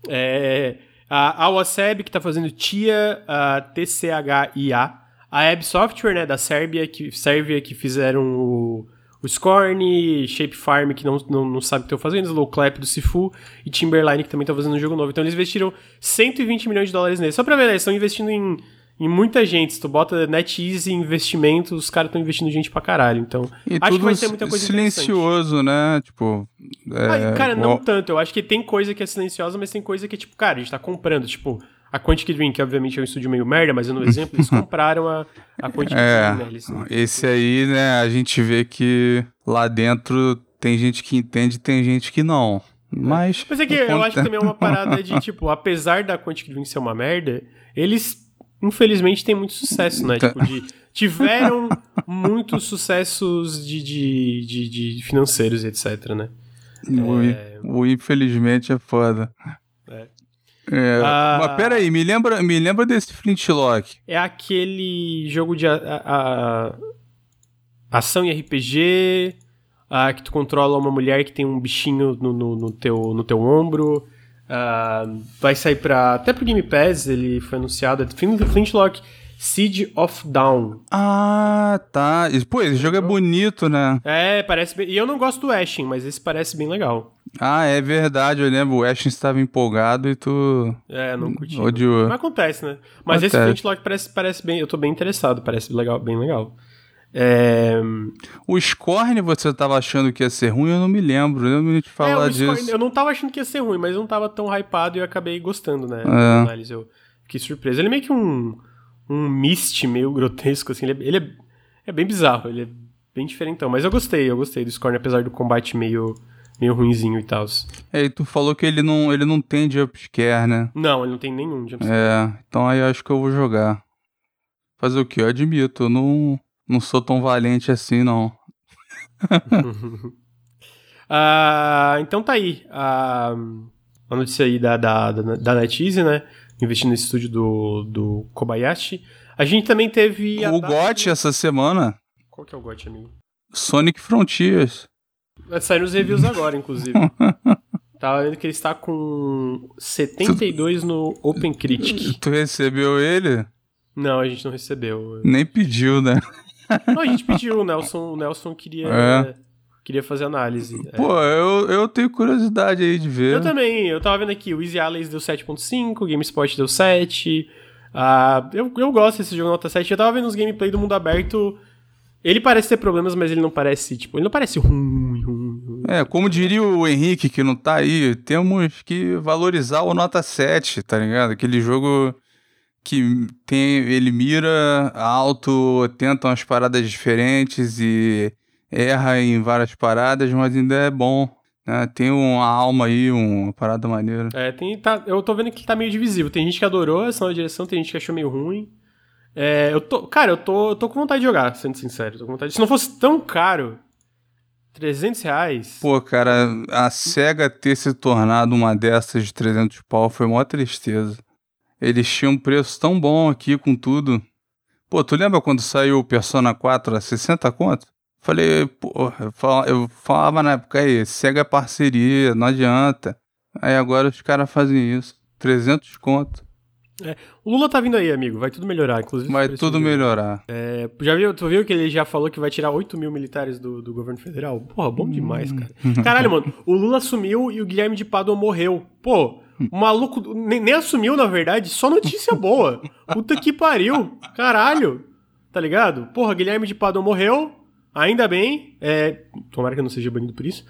A Waseb, que tá fazendo TIA, a TCHIA, a Ebb Software, né, da Sérvia, que fizeram o Scorn, Shape Farm, que não sabe o que estão fazendo, Slow Clap do Sifu, e Timberline, que também tá fazendo um jogo novo. Então eles investiram 120 milhões de dólares nele. Só pra ver, né, eles estão investindo em muita gente. Se tu bota NetEase investimentos, os caras estão investindo gente pra caralho. Então, acho que vai ter muita coisa silencioso, né? Tipo... cara, não tanto. Eu acho que tem coisa que é silenciosa, mas tem coisa que, tipo, cara, a gente tá comprando. Tipo, a Quantic Dream, que obviamente é um estúdio meio merda, mas no exemplo, eles compraram a Quantic Dream, né? Esse aí, né, a gente vê que lá dentro tem gente que entende e tem gente que não. Mas é que eu acho que também é uma parada de, tipo, apesar da Quantic Dream ser uma merda, eles... Infelizmente tem muito sucesso, né? Tipo, tiveram muitos sucessos de financeiros e etc, né? O infelizmente é foda. É. Mas peraí, me lembra desse Flintlock. É aquele jogo de ação e RPG, que tu controla uma mulher que tem um bichinho no teu ombro. Vai sair até pro Game Pass, ele foi anunciado. É Flintlock Siege of Dawn. Ah, tá. Pô, esse jogo é bonito, né? Parece bem. E eu não gosto do Ashen, mas esse parece bem legal. Ah, é verdade, eu lembro. O Ashen estava empolgado e tu... não curti. Odiou. Mas acontece, né? Mas esse Flintlock parece bem... Eu tô bem interessado, parece legal, bem legal. O Scorn você tava achando que ia ser ruim? Eu não me lembro, eu não ia te falar disso. Eu não tava achando que ia ser ruim, mas eu não tava tão hypado e eu acabei gostando, né? Na análise, eu fiquei surpreso. Ele é meio que um Myst meio grotesco, assim. Ele é bem bizarro, ele é bem diferentão. Mas eu gostei do Scorn, apesar do combate meio ruinzinho e tal. E tu falou que ele não tem jumpscare, né? Não, ele não tem nenhum jumpscare. Então aí acho que eu vou jogar. Fazer o quê? Eu admito, eu não sou tão valente assim, não. Então tá aí a notícia aí da NetEase, né? Investindo nesse estúdio do Kobayashi. A gente também teve... O GOT essa semana. Qual que é o GOT, amigo? Sonic Frontiers. Vai sair nos reviews agora, inclusive. Tava vendo que ele está com 72 no OpenCritic. Tu recebeu ele? Não, a gente não recebeu. Nem pediu, né? Não, a gente pediu, o Nelson queria fazer análise. Pô, eu tenho curiosidade aí de ver. Eu também, eu tava vendo aqui, o Easy Allies deu 7.5, o GameSpot deu 7. Eu gosto desse jogo nota 7. Eu tava vendo os gameplay do mundo aberto. Ele parece ter problemas, mas ele não parece, ele não parece ruim. Como diria o Henrique, que não tá aí, temos que valorizar o nota 7, tá ligado? Aquele jogo que ele mira alto, tenta umas paradas diferentes e erra em várias paradas, mas ainda é bom, né? Tem uma alma aí, uma parada maneira. Eu tô vendo que tá meio divisivo. Tem gente que adorou essa nova direção, tem gente que achou meio ruim. Eu tô com vontade de jogar, sendo sincero. Tô com vontade. Se não fosse tão caro, R$300... Pô, cara, a SEGA ter se tornado uma dessas de 300 pau foi uma tristeza. Eles tinham um preço tão bom aqui com tudo. Pô, tu lembra quando saiu o Persona 4 a 60 conto? Falei, pô, eu falava na época aí, SEGA é parceria, não adianta. Aí agora os caras fazem isso, 300 conto. O Lula tá vindo aí, amigo, vai tudo melhorar, inclusive. Vai tudo melhorar. Tu viu que ele já falou que vai tirar 8 mil militares do governo federal? Porra, bom demais, cara. Caralho, mano, o Lula assumiu e o Guilherme de Pádua morreu. Pô, o maluco nem assumiu, na verdade, só notícia boa. Puta que pariu, caralho, tá ligado? Porra, Guilherme de Pádua morreu. Ainda bem, tomara que eu não seja banido por isso.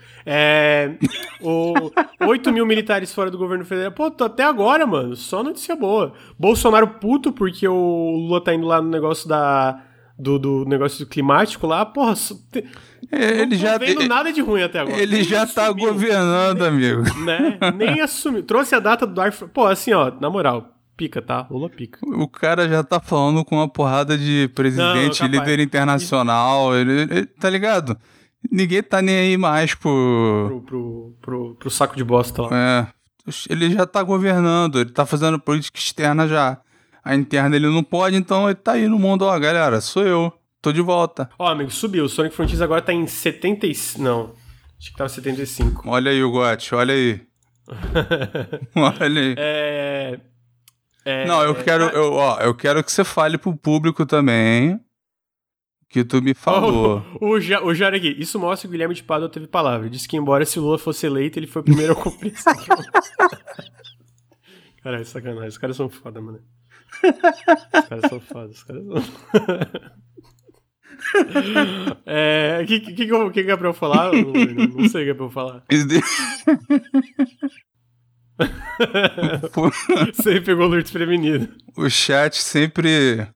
8 mil militares fora do governo federal. Pô, até agora, mano, só notícia boa. Bolsonaro puto porque o Lula tá indo lá no negócio do negócio climático lá. Porra, ele não vendo nada de ruim até agora. Ele já tá governando, amigo. Né? Nem assumiu. Trouxe a data do Arthur. Pô, assim, ó, na moral. Pica, tá? Lula pica. O cara já tá falando com uma porrada de presidente, líder internacional, ele tá ligado? Ninguém tá nem aí mais pro saco de bosta lá. Ele já tá governando, ele tá fazendo política externa já. A interna ele não pode, então ele tá aí no mundo, ó, galera, sou eu, tô de volta. Ó, amigo, subiu, o Sonic Frontiers agora tá em 75, não, acho que tava 75. Olha aí o Gotti, olha aí. Olha aí. Não, eu quero que você fale pro público também que tu me falou. O Jair aqui, isso mostra que o Guilherme de Pádua teve palavra. Disse que embora se o Lula fosse eleito, ele foi o primeiro a cumprir isso aqui. Caralho, sacanagem. Os caras são foda, mano. Os caras são foda. O que é pra eu falar? Não sei o que é pra eu falar. Você pegou o Lula desprevenido. O chat sempre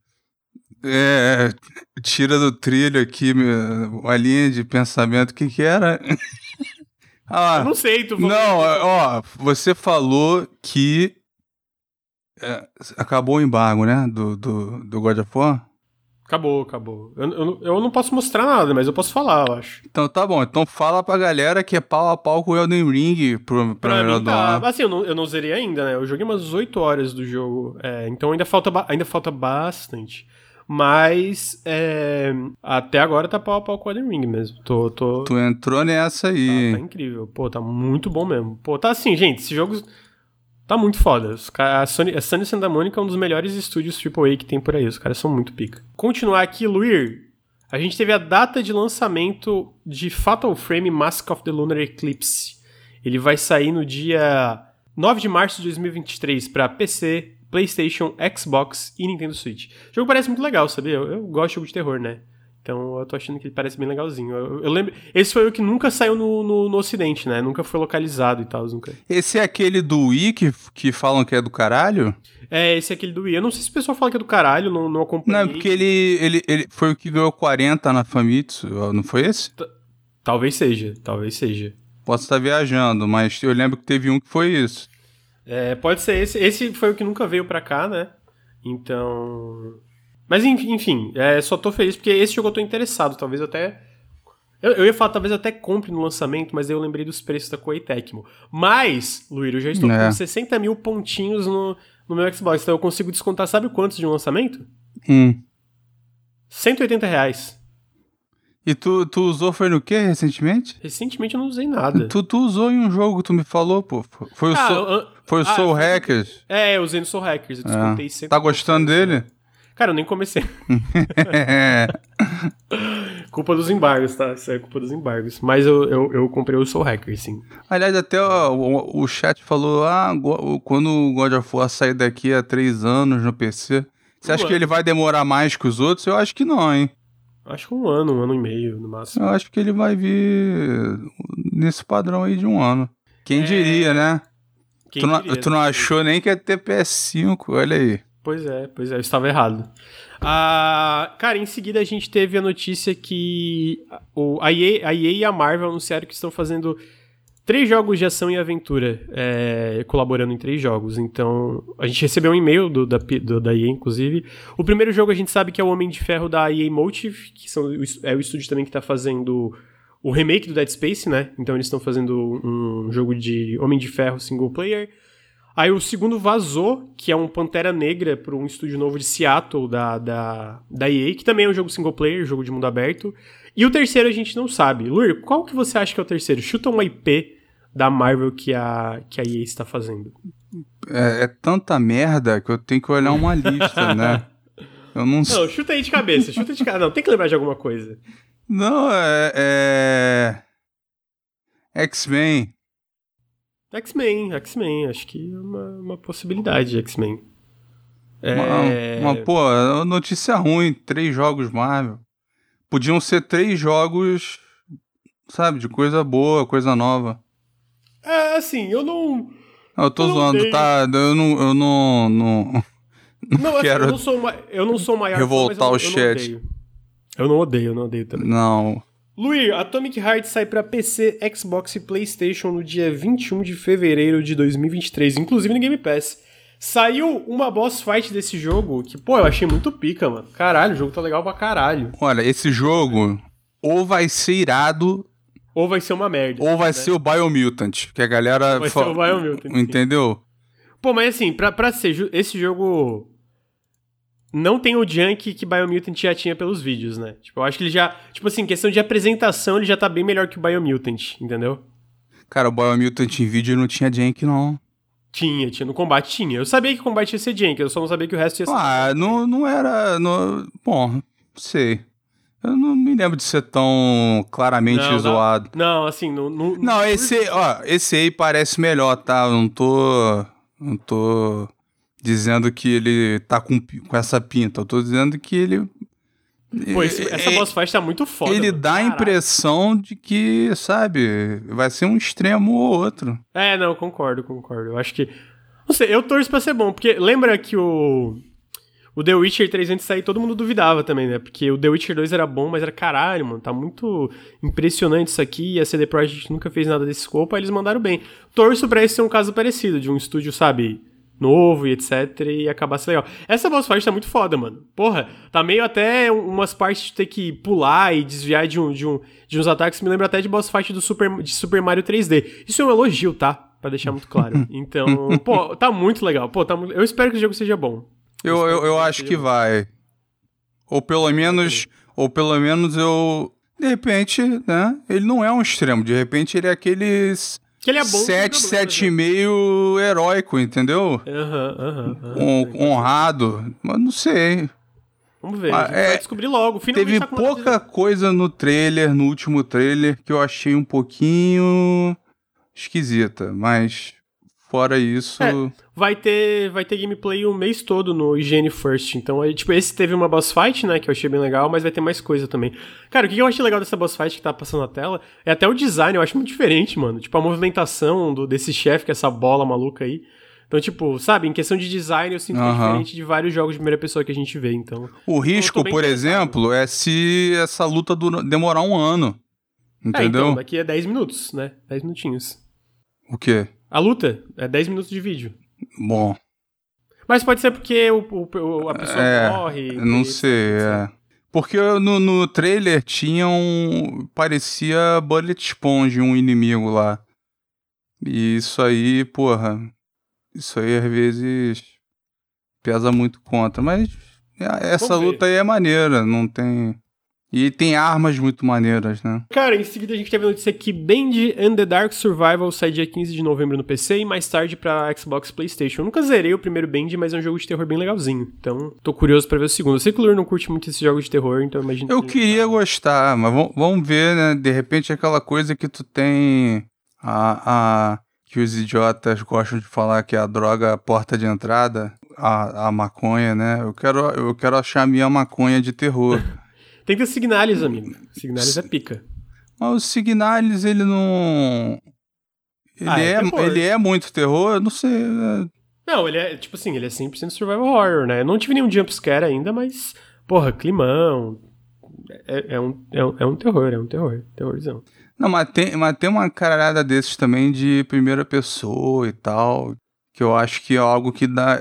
tira do trilho aqui uma linha de pensamento. O que era? Eu não sei, tu falou. Não, você falou que acabou o embargo, né? Do God of War? Acabou. Eu não posso mostrar nada, mas eu posso falar, eu acho. Então tá bom, então fala pra galera que é pau a pau com o Elden Ring pra melhor mim do ano. Assim, eu não zerei ainda, né? Eu joguei umas 8 horas do jogo, então ainda falta bastante. Mas até agora tá pau a pau com o Elden Ring mesmo. Tu entrou nessa aí. Tá incrível. Pô, tá muito bom mesmo. Pô, tá assim, gente, esse jogo tá muito foda. A Sunny Santa Monica é um dos melhores estúdios AAA que tem por aí. Os caras são muito pica. Continuar aqui, Luir. A gente teve a data de lançamento de Fatal Frame Mask of the Lunar Eclipse. Ele vai sair no dia 9 de março de 2023 pra PC, PlayStation, Xbox e Nintendo Switch. O jogo parece muito legal, sabia? Eu gosto de jogo de terror, né? Então eu tô achando que ele parece bem legalzinho. Eu lembro. Esse foi o que nunca saiu no Ocidente, né? Nunca foi localizado e tal. Nunca. Esse é aquele do Wii que falam que é do caralho? Esse é aquele do Wii. Eu não sei se o pessoal fala que é do caralho, não acompanhei. Não, porque ele foi o que ganhou 40 na Famitsu, não foi esse? Talvez seja. Posso estar viajando, mas eu lembro que teve um que foi isso. Pode ser esse. Esse foi o que nunca veio pra cá, né? Então. Mas enfim, só tô feliz porque esse jogo eu tô interessado. Talvez até. Eu ia falar, talvez eu até compre no lançamento, mas aí eu lembrei dos preços da Koei Tecmo. Mas, Luíra, eu já estou com 60 mil pontinhos no meu Xbox, então eu consigo descontar, sabe quantos de um lançamento? R$180. E tu usou foi no quê recentemente? Recentemente eu não usei nada. Tu usou em um jogo, tu me falou, pô. Foi o Soul Hackers? Eu usei no Soul Hackers, eu descontei 100. Tá gostando dele? Cara, eu nem comecei. Culpa dos embargos, tá? Isso é culpa dos embargos. Mas eu comprei o Soul Hacker, sim. Aliás, até o chat falou, quando o God of War sair daqui a 3 anos no PC, você acha que ele vai demorar mais que os outros? Eu acho que não, hein? Acho que um ano e meio, no máximo. Eu acho que ele vai vir nesse padrão aí de um ano. Quem diria, né? Tu não achou nem que ia ter PS5, olha aí. Pois é, eu estava errado. Cara, em seguida a gente teve a notícia que a EA e a Marvel anunciaram que estão fazendo 3 jogos de ação e aventura, colaborando em 3 jogos. Então, a gente recebeu um e-mail da EA, inclusive. O primeiro jogo a gente sabe que é o Homem de Ferro da EA Motive, que é o estúdio também que está fazendo o remake do Dead Space, né? Então eles estão fazendo um jogo de Homem de Ferro single player. Aí o segundo vazou, que é um Pantera Negra para um estúdio novo de Seattle da EA, que também é um jogo single player, jogo de mundo aberto. E o terceiro a gente não sabe. Luir, qual que você acha que é o terceiro? Chuta uma IP da Marvel que a EA está fazendo. É tanta merda que eu tenho que olhar uma lista, né? Eu não sei. Não, chuta aí de cabeça, Não, tem que lembrar de alguma coisa. Não, X-Men. X-Men, acho que é uma possibilidade de X-Men. Pô, notícia ruim, 3 jogos Marvel. Podiam ser 3 jogos, sabe, de coisa boa, coisa nova. Assim, eu não... Eu tô zoando, odeio. Tá? Eu não quero... Eu não sou maior revoltar o chat. Eu não odeio também. Não... Luir, Atomic Heart sai pra PC, Xbox e PlayStation no dia 21 de fevereiro de 2023, inclusive no Game Pass. Saiu uma boss fight desse jogo que, pô, eu achei muito pica, mano. Caralho, o jogo tá legal pra caralho. Olha, esse jogo ou vai ser irado... Ou vai ser uma merda. Ou vai ser o Biomutant, que a galera... Vai ser o Biomutant. Entendeu? Sim. Pô, mas assim, pra ser esse jogo... Não tem o junk que Biomutant já tinha pelos vídeos, né? Tipo, eu acho que ele já... Tipo assim, questão de apresentação, ele já tá bem melhor que o Biomutant, entendeu? Cara, o Biomutant em vídeo não tinha junk, não. Tinha. No combate tinha. Eu sabia que o combate ia ser jank, eu só não sabia que o resto ia ser... não era... Bom, não sei. Eu não me lembro de ser tão claramente zoado. Não, assim... Não, esse aí parece melhor, tá? Eu não tô dizendo que ele tá com essa pinta. Eu tô dizendo que ele... Pô, essa boss fight tá muito foda. Ele dá a impressão de que, sabe, vai ser um extremo ou outro. Não, concordo. Eu acho que... Não sei, eu torço pra ser bom, porque lembra que o The Witcher 3 antes de sair, todo mundo duvidava também, né? Porque o The Witcher 2 era bom, mas era caralho, mano, tá muito impressionante isso aqui, e a CD Projekt nunca fez nada desse escopo, aí eles mandaram bem. Torço pra esse ser um caso parecido, de um estúdio, sabe, novo e etc, e acabasse legal. Essa boss fight tá muito foda, mano. Porra, tá meio até umas partes de ter que pular e desviar de uns ataques, me lembra até de boss fight de Super Mario 3D. Isso é um elogio, tá? Pra deixar muito claro. Então, pô, tá muito legal. Pô, eu espero que o jogo seja bom. Eu acho que vai. Ou pelo menos eu... De repente, né? Ele não é um extremo. De repente ele é aqueles... Que ele é bom. 7,5 heróico, entendeu? Honrado. Mas não sei. Vamos ver, a gente vai descobrir logo. Finalmente teve pouca coisa no trailer, no último trailer, que eu achei um pouquinho esquisita, mas fora isso... vai ter gameplay o mês todo no IGN First, então, tipo, esse teve uma boss fight, né, que eu achei bem legal, mas vai ter mais coisa também. Cara, o que eu achei legal dessa boss fight que tá passando na tela é até o design, eu acho muito diferente, mano. Tipo, a movimentação desse chefe, que é essa bola maluca aí. Então, tipo, sabe, em questão de design, eu sinto que é diferente de vários jogos de primeira pessoa que a gente vê, então... O risco, por exemplo, é se essa luta demorar 1 ano, entendeu? Então, daqui a 10 minutos, né? 10 minutinhos. O quê? A luta é 10 minutos de vídeo. Bom. Mas pode ser porque a pessoa morre... Não sei, Porque no trailer tinha parecia Bullet Sponge, um inimigo lá. E isso aí, porra... Isso aí, às vezes, pesa muito contra. Mas essa luta aí é maneira, não tem... E tem armas muito maneiras, né? Cara, em seguida a gente teve a notícia que Band and the Dark Survival sai dia 15 de novembro no PC e mais tarde pra Xbox e PlayStation. Eu nunca zerei o primeiro Band, mas é um jogo de terror bem legalzinho. Então, tô curioso pra ver o segundo. Eu sei que o Lur não curte muito esses jogos de terror, então imagino... Eu queria gostar, mas vamos ver, né? De repente é aquela coisa que tu tem... que os idiotas gostam de falar que é a droga a porta de entrada, a maconha, né? Eu quero achar a minha maconha de terror. Tem que ter Signalis, amigo. Signalis é pica. Mas o Signalis, ele não... Ele é muito terror? Eu não sei. Não, ele é, tipo assim, ele é 100% survival horror, né? Eu não tive nenhum jumpscare ainda, mas... Porra, climão... É um terror. Terrorzão. Não, mas tem uma caralhada desses também de primeira pessoa e tal, que eu acho que é algo que dá...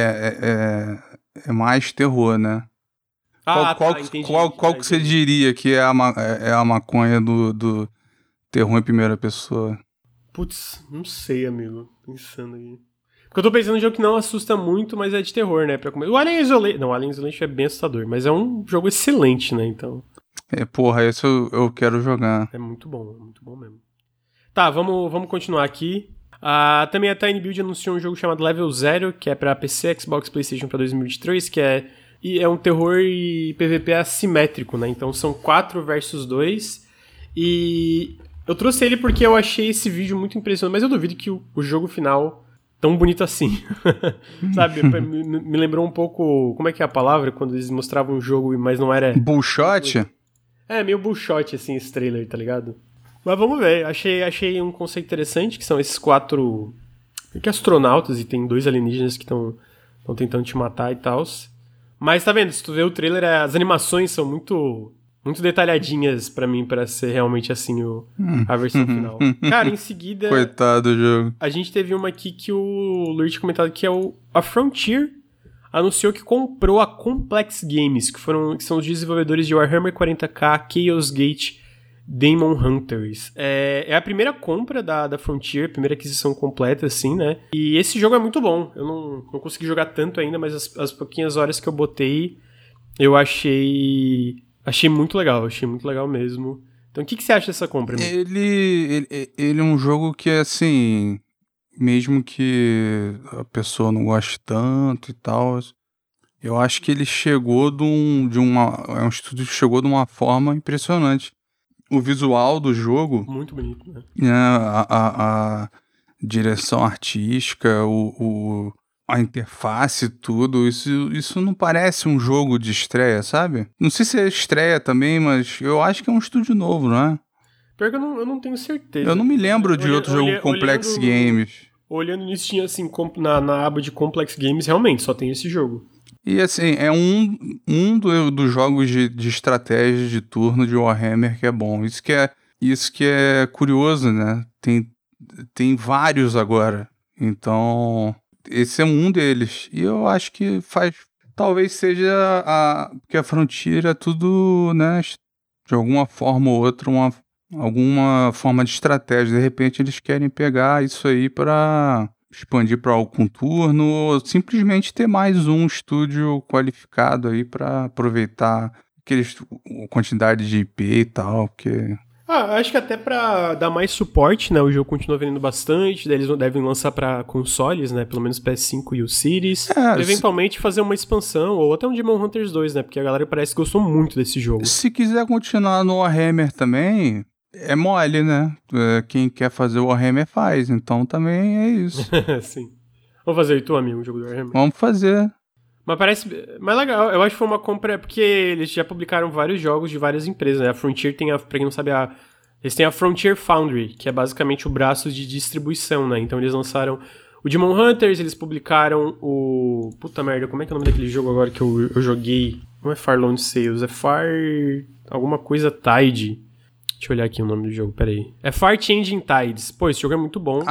É mais terror, né? Entendi. Qual que você diria que é a maconha do terror em primeira pessoa? Putz, não sei, amigo. Pensando aqui. Porque eu tô pensando em um jogo que não assusta muito, mas é de terror, né? O Alien Isolation... Não, o Alien Isolation é bem assustador, mas é um jogo excelente, né? Então... Porra, esse eu quero jogar. É muito bom mesmo. Tá, vamos continuar aqui. Também a Tiny Build anunciou um jogo chamado Level Zero, que é pra PC, Xbox, PlayStation pra 2023, que é um terror e PVP assimétrico, né? Então são 4 versus 2. E eu trouxe ele porque eu achei esse vídeo muito impressionante, mas eu duvido que o jogo final tão bonito assim. Sabe? Me lembrou um pouco... Como é que é a palavra? Quando eles mostravam um jogo, mas não era... Bullshot? Meio bullshot, assim, esse trailer, tá ligado? Mas vamos ver. Achei um conceito interessante, que são esses 4... astronautas, e tem 2 alienígenas que estão tentando te matar e tal. Mas tá vendo, se tu vê o trailer, as animações são muito detalhadinhas pra mim, pra ser realmente assim a versão final. Cara, em seguida... Coitado do jogo. A gente teve uma aqui que o Luiz tinha comentado, que é a Frontier anunciou que comprou a Complex Games, que são os desenvolvedores de Warhammer 40k, Chaos Gate, Demon Hunters. É a primeira compra da Frontier, a primeira aquisição completa, assim, né? E esse jogo é muito bom. Eu não consegui jogar tanto ainda, mas as pouquinhas horas que eu botei, eu achei muito legal. Achei muito legal mesmo. Então, o que você acha dessa compra? Ele é um jogo que, assim, mesmo que a pessoa não goste tanto e tal, eu acho que ele chegou é um estúdio que chegou de uma forma impressionante. O visual do jogo... Muito bonito, né? A direção artística, a interface, tudo, isso não parece um jogo de estreia, sabe? Não sei se é estreia também, mas eu acho que é um estúdio novo, não é? Pior que eu não tenho certeza. Eu não me lembro de outro jogo Complex Games. Olhando nisso, tinha assim, na aba de Complex Games, realmente, só tem esse jogo. E assim, é um dos jogos de estratégia de turno de Warhammer que é bom. Isso que é curioso, né? Tem vários agora. Então, esse é um deles. E eu acho que talvez seja porque a Frontier é tudo, né, de alguma forma ou outra, alguma forma de estratégia. De repente eles querem pegar isso aí para expandir para algo com turno, ou simplesmente ter mais um estúdio qualificado aí para aproveitar a quantidade de IP e tal, porque... Acho que até pra dar mais suporte, né? O jogo continua vendendo bastante, daí eles devem lançar pra consoles, né? Pelo menos PS5 e o Series. Eventualmente fazer uma expansão, ou até um Demon Hunters 2, né? Porque a galera parece que gostou muito desse jogo. Se quiser continuar no Warhammer também, é mole, né? Quem quer fazer o Warhammer faz, então também é isso. Sim. Vamos fazer tu, amigo, o jogo do Warhammer? Vamos fazer. Mas parece mais legal. Eu acho que foi uma compra, porque eles já publicaram vários jogos de várias empresas, né? A Frontier tem, pra quem não sabe, eles têm a Frontier Foundry, que é basicamente o braço de distribuição, né? Então eles lançaram o Demon Hunters, eles publicaram o... Puta merda, como é que é o nome daquele jogo agora que eu joguei? Não é Far Lone Sales, é Far... alguma coisa Tide. Deixa eu olhar aqui o nome do jogo, peraí. É Far Changing Tides. Pô, esse jogo é muito bom.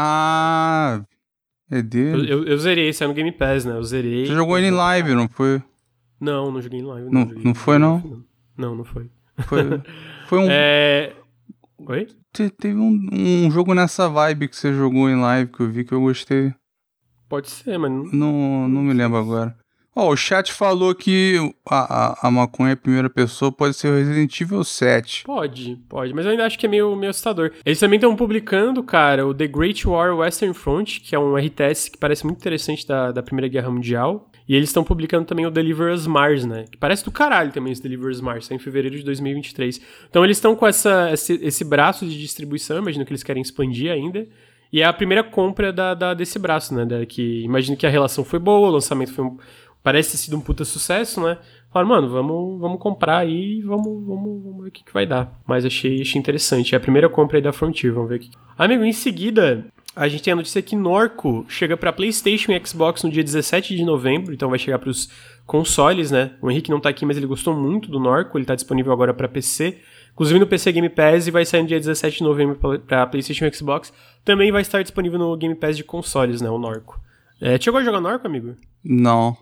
É dele? Eu zerei, esse é no Game Pass, né? Eu zerei. Você jogou ele em live, não foi? Não joguei em live. Não foi, não? Não foi. Foi um... Oi? Teve um jogo nessa vibe que você jogou em live que eu vi que eu gostei. Pode ser, mas... Não me lembro agora. O chat falou que a maconha primeira pessoa pode ser o Resident Evil 7. Pode, mas eu ainda acho que é meio assustador. Eles também estão publicando, cara, o The Great War Western Front, que é um RTS que parece muito interessante da Primeira Guerra Mundial. E eles estão publicando também o Deliver Us Mars, né? Que parece do caralho também esse Deliver Us Mars, tá em fevereiro de 2023. Então eles estão com esse braço de distribuição, imagino que eles querem expandir ainda. E é a primeira compra desse braço, né? Que imagino que a relação foi boa, o lançamento parece ter sido um puta sucesso, né? Falaram, mano, vamos comprar aí e vamos ver o que vai dar. Mas achei interessante. É a primeira compra aí da Frontier, vamos ver aqui. Amigo, em seguida, a gente tem a notícia que Norco chega pra PlayStation e Xbox no dia 17 de novembro, então vai chegar pros consoles, né? O Henrique não tá aqui, mas ele gostou muito do Norco, ele tá disponível agora pra PC, inclusive no PC Game Pass, e vai sair no dia 17 de novembro pra PlayStation e Xbox. Também vai estar disponível no Game Pass de consoles, né? O Norco. Chegou a jogar Norco, amigo? Não.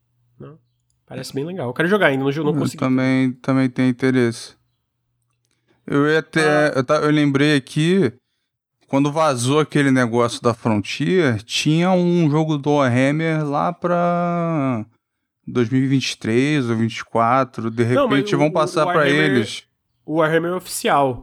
Parece bem legal. Eu quero jogar ainda, não consegui. Também tenho interesse. Eu lembrei aqui, quando vazou aquele negócio da Frontier, tinha um jogo do Warhammer lá pra 2023 ou 2024. De repente vão passar pra eles. O Warhammer oficial.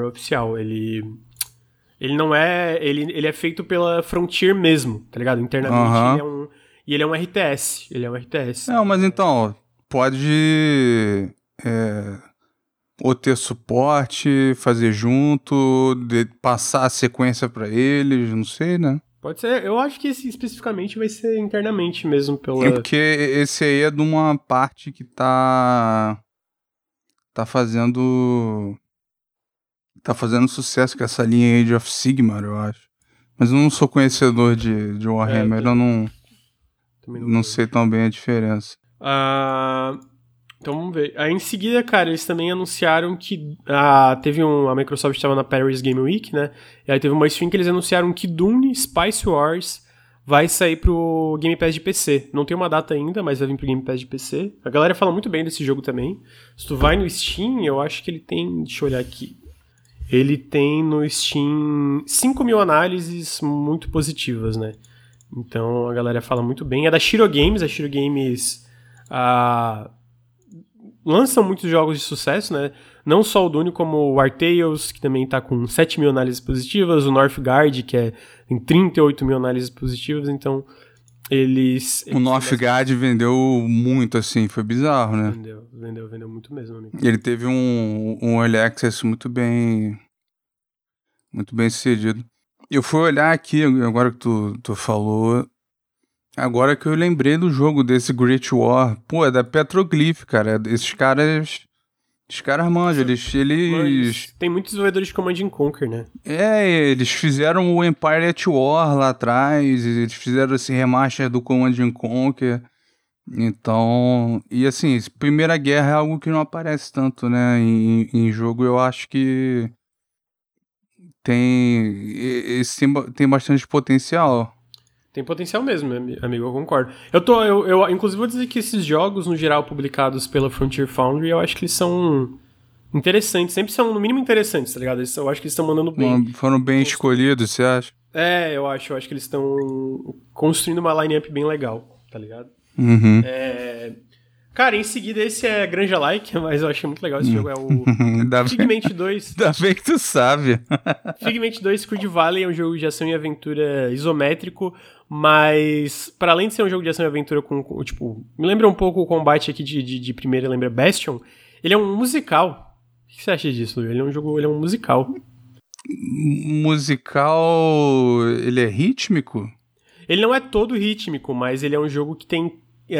Ele não é... Ele é feito pela Frontier mesmo, tá ligado? Internamente ele é um RTS. Não, mas então, pode ou ter suporte, fazer junto, passar a sequência pra eles, não sei, né? Pode ser. Eu acho que esse especificamente vai ser internamente mesmo pela... Porque esse aí é de uma parte que tá fazendo sucesso com essa linha Age of Sigmar, eu acho. Mas eu não sou conhecedor de Warhammer, eu não sei tão bem a diferença. Então vamos ver. Aí em seguida, cara, eles também anunciaram que a Microsoft estava na Paris Game Week, né? E aí teve uma stream que eles anunciaram que Dune Spice Wars vai sair pro Game Pass de PC. Não tem uma data ainda, mas vai vir pro Game Pass de PC. A galera fala muito bem desse jogo também. Se tu vai no Steam, eu acho que ele tem... Deixa eu olhar aqui. Ele tem no Steam 5.000 análises muito positivas, né? Então a galera fala muito bem. É da Shiro Games. A Shiro Games lançam muitos jogos de sucesso, né? Não só o Dune, como o War Tales, que também tá com 7.000 análises positivas. O Northgard, que tem 38.000 análises positivas. Então o Northgard vendeu muito, assim. Foi bizarro, né? Vendeu muito mesmo, amigo. Ele teve um early access muito bem sucedido. Eu fui olhar aqui, agora que tu falou, agora que eu lembrei do jogo desse Great War. Pô, é da Petroglyph, cara. Esses caras manjam, eles... Tem muitos desenvolvedores de Command & Conquer, né? Eles fizeram o Empire at War lá atrás, eles fizeram esse remaster do Command & Conquer. Então, e assim, Primeira Guerra é algo que não aparece tanto, né? Em jogo, eu acho que tem bastante potencial. Tem potencial mesmo, amigo, eu concordo. Inclusive, vou dizer que esses jogos, no geral, publicados pela Frontier Foundry, eu acho que eles são interessantes. Sempre são, no mínimo, interessantes, tá ligado? Eu acho que eles estão mandando bem. Foram bem escolhidos, você acha? Eu acho que eles estão construindo uma line-up bem legal, tá ligado? Uhum. Cara, em seguida esse é Granja Like, mas eu achei muito legal esse jogo, é o Figment 2. Ainda bem que tu sabe. Figment 2 Squid Valley é um jogo de ação e aventura isométrico, mas para além de ser um jogo de ação e aventura com tipo, me lembra um pouco o combate aqui de primeira, lembra Bastion, ele é um musical. O que você acha disso, Lu? Ele é um musical. Musical, ele é rítmico? Ele não é todo rítmico, mas ele é um jogo que tem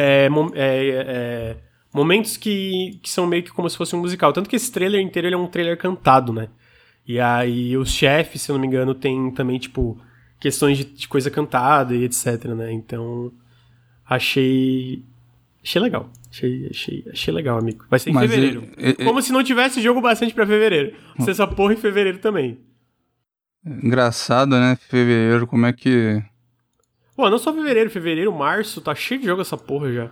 momentos que são meio que como se fosse um musical. Tanto que esse trailer inteiro ele é um trailer cantado, né? E aí os chefes, se eu não me engano, tem também, tipo, questões de coisa cantada e etc, né? Então, achei legal. Achei legal, amigo. Vai ser em fevereiro. Como se não tivesse jogo bastante pra fevereiro. Vai ser essa porra em fevereiro também. Engraçado, né? Fevereiro, como é que... Pô, não só fevereiro, março, tá cheio de jogo essa porra já.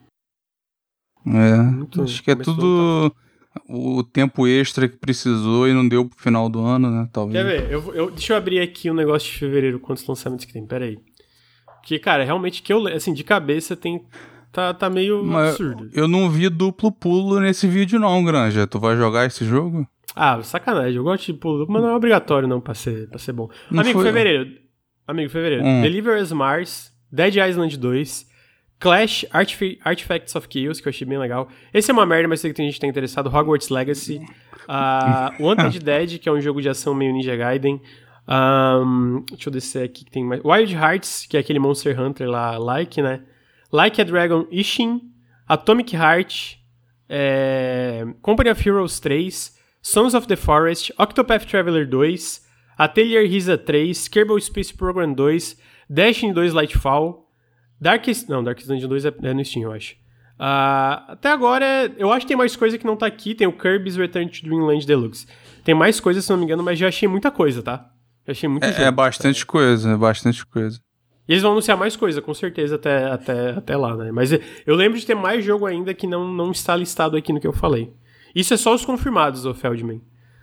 Acho que é tudo o tempo extra que precisou e não deu pro final do ano, né? Talvez. Quer ver? Deixa eu abrir aqui um negócio de fevereiro, quantos lançamentos que tem, pera aí. Porque, cara, realmente, assim, de cabeça tá meio absurdo. Eu não vi duplo pulo nesse vídeo não, Granja. Tu vai jogar esse jogo? Ah, sacanagem, eu gosto de pulo, mas não é obrigatório não pra ser bom. Amigo, fevereiro, Deliver Us Mars, Dead Island 2, Clash Artifacts of Chaos, que eu achei bem legal. Esse é uma merda, mas sei que tem gente que tá interessado. Hogwarts Legacy, Wanted Dead, que é um jogo de ação meio Ninja Gaiden. Deixa eu descer aqui que tem mais. Wild Hearts, que é aquele Monster Hunter lá, né? Like a Dragon Ishin, Atomic Heart, Company of Heroes 3, Sons of the Forest, Octopath Traveler 2, Atelier Ryza 3, Kerbal Space Program 2, Destiny 2 Lightfall, Darkest Dungeon 2 é no Steam, eu acho. Até agora, eu acho que tem mais coisa que não tá aqui. Tem o Kirby's Return to Dreamland Deluxe. Tem mais coisa, se não me engano, mas já achei muita coisa, tá? Já achei muito jogo. Bastante coisa, é bastante coisa. E eles vão anunciar mais coisa, com certeza, até lá, né? Mas eu lembro de ter mais jogo ainda que não está listado aqui no que eu falei. Isso é só os confirmados, ô Feldman.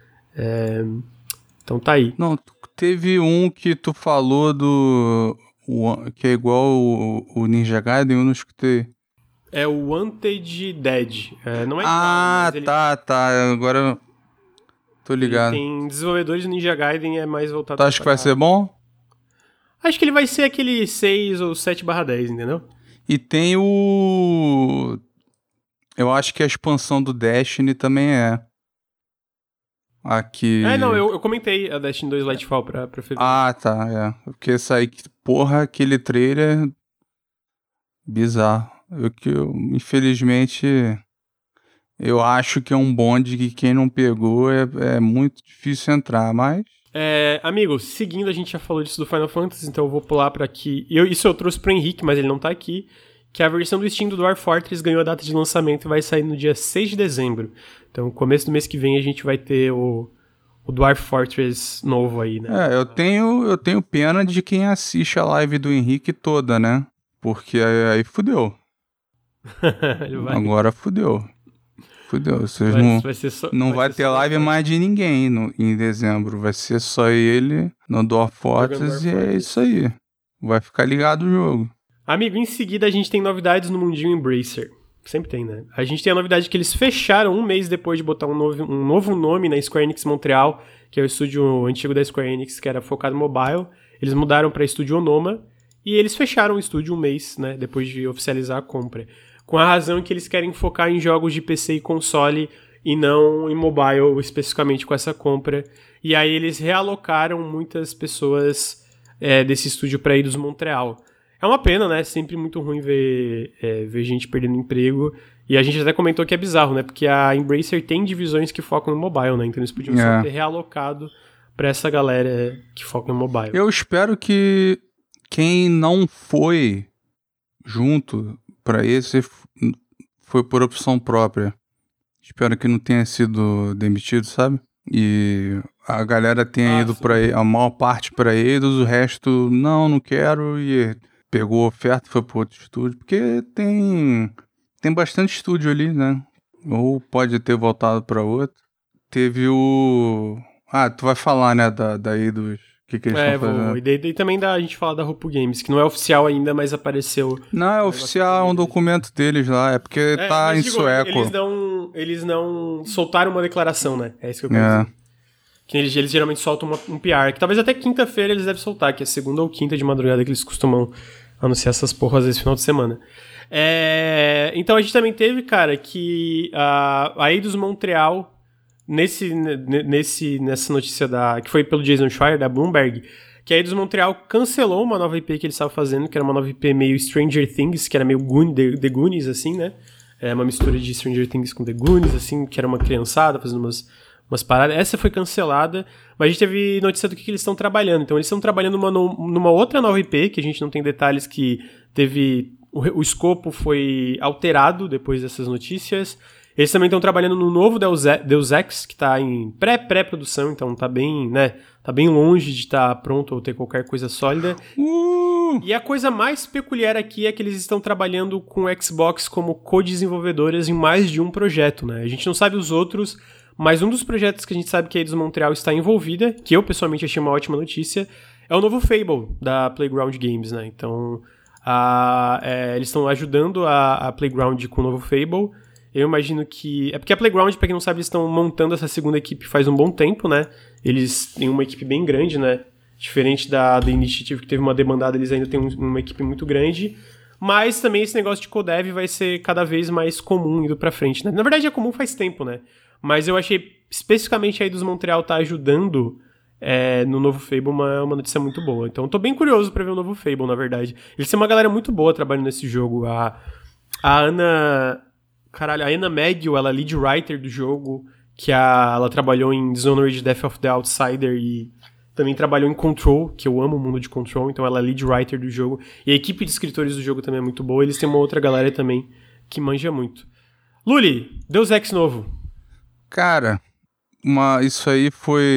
Então tá aí. Não, teve um que tu falou que é igual o Ninja Gaiden, eu não escutei. É o Wanted Dead. Não é igual, tá. Agora tô ligado. Tem desenvolvedores do Ninja Gaiden, é mais voltado... Tu acha que vai ser bom? Acho que ele vai ser aquele 6 ou 7/10, entendeu? E tem eu acho que a expansão do Destiny também é. Aqui... eu comentei a Destiny 2 Lightfall pra fevereiro. Tá, Porque essa aí, aquele trailer bizarro. Infelizmente, eu acho que é um bonde que quem não pegou é muito difícil entrar, mas... Amigo, seguindo, a gente já falou disso do Final Fantasy, então eu vou pular pra aqui. Isso eu trouxe pro Henrique, mas ele não tá aqui. Que a versão do Steam do Dwarf Fortress ganhou a data de lançamento e vai sair no dia 6 de dezembro. Então, começo do mês que vem, a gente vai ter o Dwarf Fortress novo aí, né? Eu tenho pena de quem assiste a live do Henrique toda, né? Porque aí fudeu. Agora fudeu. Vocês não vai ter live mais de ninguém em dezembro. Vai ser só ele no Dwarf Fortress e é isso aí. Vai ficar ligado o jogo. Amigo, em seguida a gente tem novidades no mundinho Embracer. Sempre tem, né? A gente tem a novidade que eles fecharam um mês depois de botar um novo nome na Square Enix Montreal, que é o estúdio antigo da Square Enix, que era focado em mobile. Eles mudaram para Estúdio Onoma e eles fecharam o estúdio um mês, né? Depois de oficializar a compra. Com a razão que eles querem focar em jogos de PC e console e não em mobile, especificamente com essa compra. E aí eles realocaram muitas pessoas desse estúdio para Eidos Montreal. É uma pena, né? Sempre muito ruim ver gente perdendo emprego. E a gente até comentou que é bizarro, né? Porque a Embracer tem divisões que focam no mobile, né? Então eles podiam só ter realocado pra essa galera que foca no mobile. Eu espero que quem não foi junto pra esse foi por opção própria. Espero que não tenha sido demitido, sabe? E a galera tem ido sim. pra a maior parte pra Eidos, o resto, não quero, e pegou a oferta e foi pro outro estúdio, porque tem bastante estúdio ali, né? Ou pode ter voltado pra outro. Teve o... tu vai falar, né, da Eidos, o que eles estão Vou. fazendo. E daí também a gente fala da Rupo Games, que não é oficial ainda, mas apareceu. Não, é oficial, é um documento deles lá, é porque tá em sueco. Eles não soltaram uma declaração, né? É isso que eu quero dizer. Que eles geralmente soltam um PR, que talvez até quinta-feira eles devem soltar, que é segunda ou quinta de madrugada que eles costumam anunciar essas porras esse final de semana. Então a gente também teve, cara, que a Eidos Montreal, nessa notícia que foi pelo Jason Schreier, da Bloomberg, que a Eidos Montreal cancelou uma nova IP que eles estavam fazendo, que era uma nova IP meio Stranger Things, que era meio The Goonies, assim, né? Uma mistura de Stranger Things com The Goonies, assim, que era uma criançada fazendo umas paradas. Essa foi cancelada, mas a gente teve notícia do que eles estão trabalhando. Então eles estão trabalhando numa outra nova IP, que a gente não tem detalhes, que teve... O escopo foi alterado depois dessas notícias. Eles também estão trabalhando no novo Deus Ex, que está em pré-produção, então tá bem, né? Tá bem longe de estar pronto ou ter qualquer coisa sólida. E a coisa mais peculiar aqui é que eles estão trabalhando com o Xbox como co-desenvolvedores em mais de um projeto, né? A gente não sabe os outros, mas um dos projetos que a gente sabe que a Eidos Montreal está envolvida, que eu pessoalmente achei uma ótima notícia, é o novo Fable da Playground Games, né? Então, eles estão ajudando a Playground com o novo Fable. Eu imagino que... É porque a Playground, pra quem não sabe, eles estão montando essa segunda equipe faz um bom tempo, né? Eles têm uma equipe bem grande, né? Diferente da Initiative, que teve uma demandada, eles ainda têm uma equipe muito grande. Mas também esse negócio de codev vai ser cada vez mais comum indo pra frente, né? Na verdade é comum faz tempo, né? Mas eu achei, especificamente aí dos Montreal tá ajudando no novo Fable uma notícia muito boa. Então eu tô bem curioso pra ver o novo Fable, na verdade. Eles têm uma galera muito boa trabalhando nesse jogo. A Ana... Caralho, a Anna Megill, ela é lead writer do jogo, que ela trabalhou em Dishonored Death of the Outsider e também trabalhou em Control, que eu amo o mundo de Control, então ela é lead writer do jogo. E a equipe de escritores do jogo também é muito boa, eles têm uma outra galera também que manja muito. Luli, Deus Ex novo. Cara, isso aí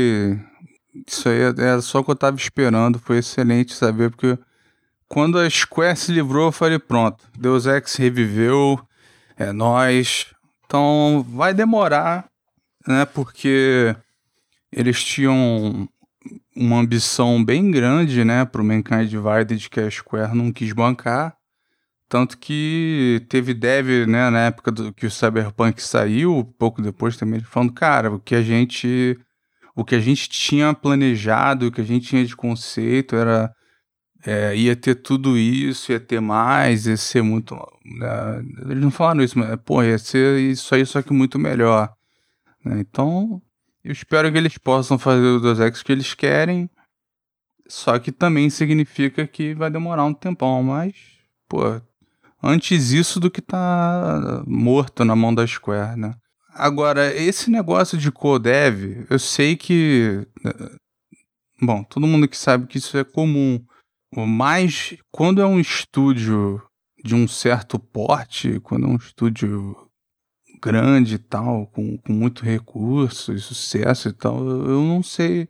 era só o que eu tava esperando, foi excelente saber, porque quando a Square se livrou, eu falei, pronto, Deus Ex reviveu, é nóis. Então vai demorar, né? Porque eles tinham uma ambição bem grande, né? Pro Mankind Divided, que a Square não quis bancar. Tanto que teve dev, né? Na época que o Cyberpunk saiu, pouco depois também, falando, cara, o que a gente tinha planejado, o que a gente tinha de conceito era... ia ter tudo isso, ia ter mais, ia ser muito... eles não falaram isso, mas, ia ser isso aí, só que muito melhor. Né? Então, eu espero que eles possam fazer o Deus Ex que eles querem, só que também significa que vai demorar um tempão, mas, antes isso do que tá morto na mão da Square, né? Agora, esse negócio de codev, eu sei que... Bom, todo mundo que sabe que isso é comum, mas quando é um estúdio de um certo porte, quando é um estúdio grande e tal, com muito recurso e sucesso e tal, eu não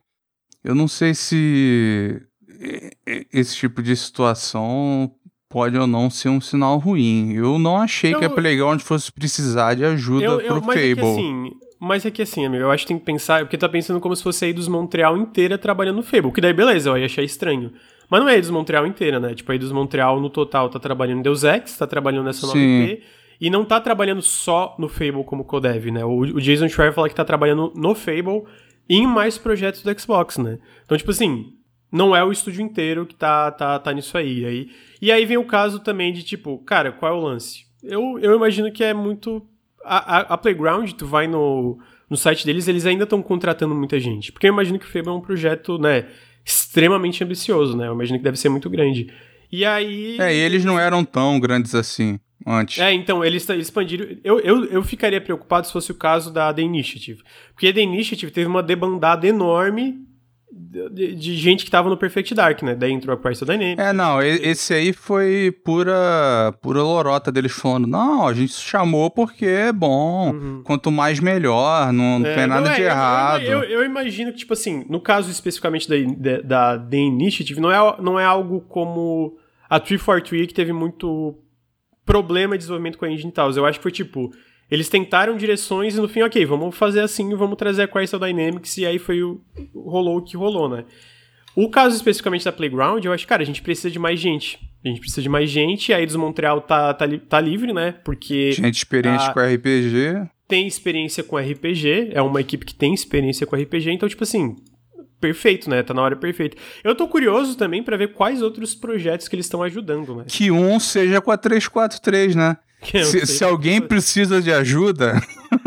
sei se esse tipo de situação pode ou não ser um sinal ruim. Eu não achei que a Playground fosse precisar de ajuda pro Fable. Mas é que assim, amigo, eu acho que tem que pensar, porque tá pensando como se fosse a Eidos Montreal inteira trabalhando no Fable, que daí beleza, eu ia achar estranho. Mas não é a Eidos Montreal inteira, né? Tipo, a Eidos Montreal no total tá trabalhando em Deus Ex, tá trabalhando nessa nova IP, e não tá trabalhando só no Fable como codev, né? O Jason Schreier fala que tá trabalhando no Fable e em mais projetos do Xbox, né? Então, tipo assim, não é o estúdio inteiro que tá nisso aí. E aí vem o caso também de, tipo, cara, qual é o lance? Eu imagino que é muito... A Playground, tu vai no site deles, eles ainda estão contratando muita gente. Porque eu imagino que o Fable é um projeto, né, extremamente ambicioso, né? Eu imagino que deve ser muito grande. E aí... E eles não eram tão grandes assim antes. Então, eles expandiram... Eu ficaria preocupado se fosse o caso da The Initiative. Porque a The Initiative teve uma debandada enorme de gente que tava no Perfect Dark, né? Daí entrou a Crystal Dynamics. Não, esse aí foi pura lorota deles falando, não, a gente chamou porque é bom, quanto mais melhor, não tem nada de errado. Eu imagino que, tipo assim, no caso especificamente da The Initiative, não é algo como a 343 que teve muito problema de desenvolvimento com a engine e tal. Eu acho que foi tipo, eles tentaram direções e no fim, ok, vamos fazer assim, vamos trazer a Crystal Dynamics e aí rolou o que rolou, né? O caso especificamente da Playground, eu acho que, cara, a gente precisa de mais gente. E a Eidos Montreal tá livre, né? Porque... gente experiente com RPG. Tem experiência com RPG, é uma equipe que tem experiência com RPG, então, tipo assim, perfeito, né? Tá na hora perfeita. Eu tô curioso também pra ver quais outros projetos que eles estão ajudando, né? Que um seja com a 343, né? Se alguém precisa de ajuda...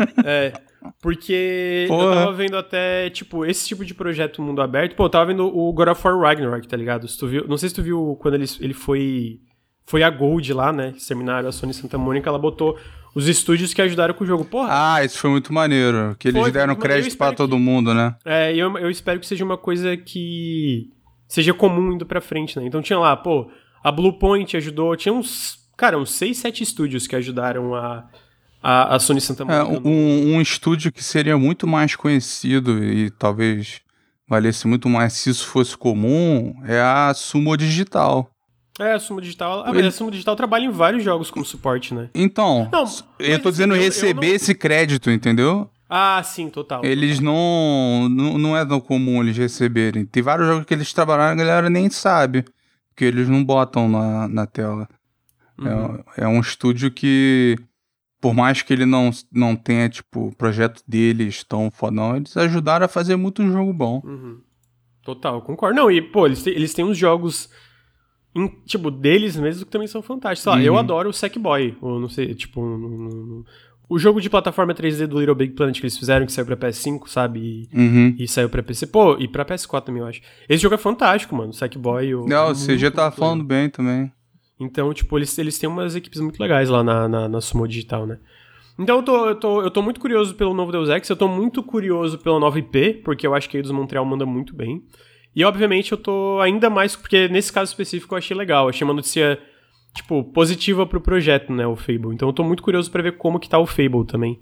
Porque eu tava vendo até, tipo, esse tipo de projeto mundo aberto. Pô, eu tava vendo o God of War Ragnarok, tá ligado? Se tu viu, não sei se tu viu quando ele foi a Gold lá, né? Terminaram a Sony Santa Mônica, ela botou os estúdios que ajudaram com o jogo. Porra! Isso foi muito maneiro. Que eles deram crédito pra todo mundo, né? E eu espero que seja uma coisa que seja comum indo pra frente, né? Então tinha lá, pô, a Bluepoint ajudou. Tinha uns 6, 7 estúdios que ajudaram a Sony Santa Mônica. Um estúdio que seria muito mais conhecido e talvez valesse muito mais se isso fosse comum é a Sumo Digital. A Sumo Digital... mas a Sumo Digital trabalha em vários jogos como suporte, né? Então, eu tô dizendo receber esse crédito, entendeu? Sim, total. Eles não é tão comum eles receberem. Tem vários jogos que eles trabalharam e a galera nem sabe, porque eles não botam na tela. É um estúdio que... por mais que ele não tenha, tipo, o projeto deles tão fodão, eles ajudaram a fazer muito jogo bom. Total, concordo. Não, e, pô, eles têm uns jogos, tipo, deles mesmos que também são fantásticos. Sei lá, eu adoro o Sackboy, ou não sei, tipo, o jogo de plataforma 3D do Little Big Planet que eles fizeram, que saiu pra PS5, sabe? E saiu pra PC. Pô, e pra PS4 também, eu acho. Esse jogo é fantástico, mano, o Sackboy. O CG tava falando bem também. Então, tipo, eles têm umas equipes muito legais lá na Sumo Digital, né? Então eu tô muito curioso pelo novo Deus Ex, eu tô muito curioso pela nova IP, porque eu acho que a Eidos Montreal manda muito bem. E, obviamente, eu tô ainda mais... porque nesse caso específico eu achei legal, achei uma notícia, tipo, positiva pro projeto, né, o Fable. Então eu tô muito curioso pra ver como que tá o Fable também.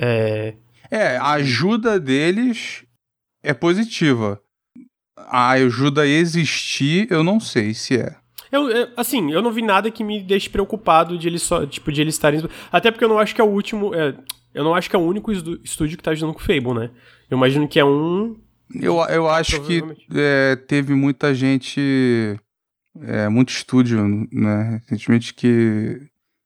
A ajuda deles é positiva. A ajuda a existir, eu não sei se é. Eu não vi nada que me deixe preocupado de eles estarem... Até porque eu não acho que é o último... eu não acho que é o único estúdio que tá ajudando com o Fable, né? Eu imagino que é um... Eu acho que teve muita gente... muito estúdio, né? Recentemente que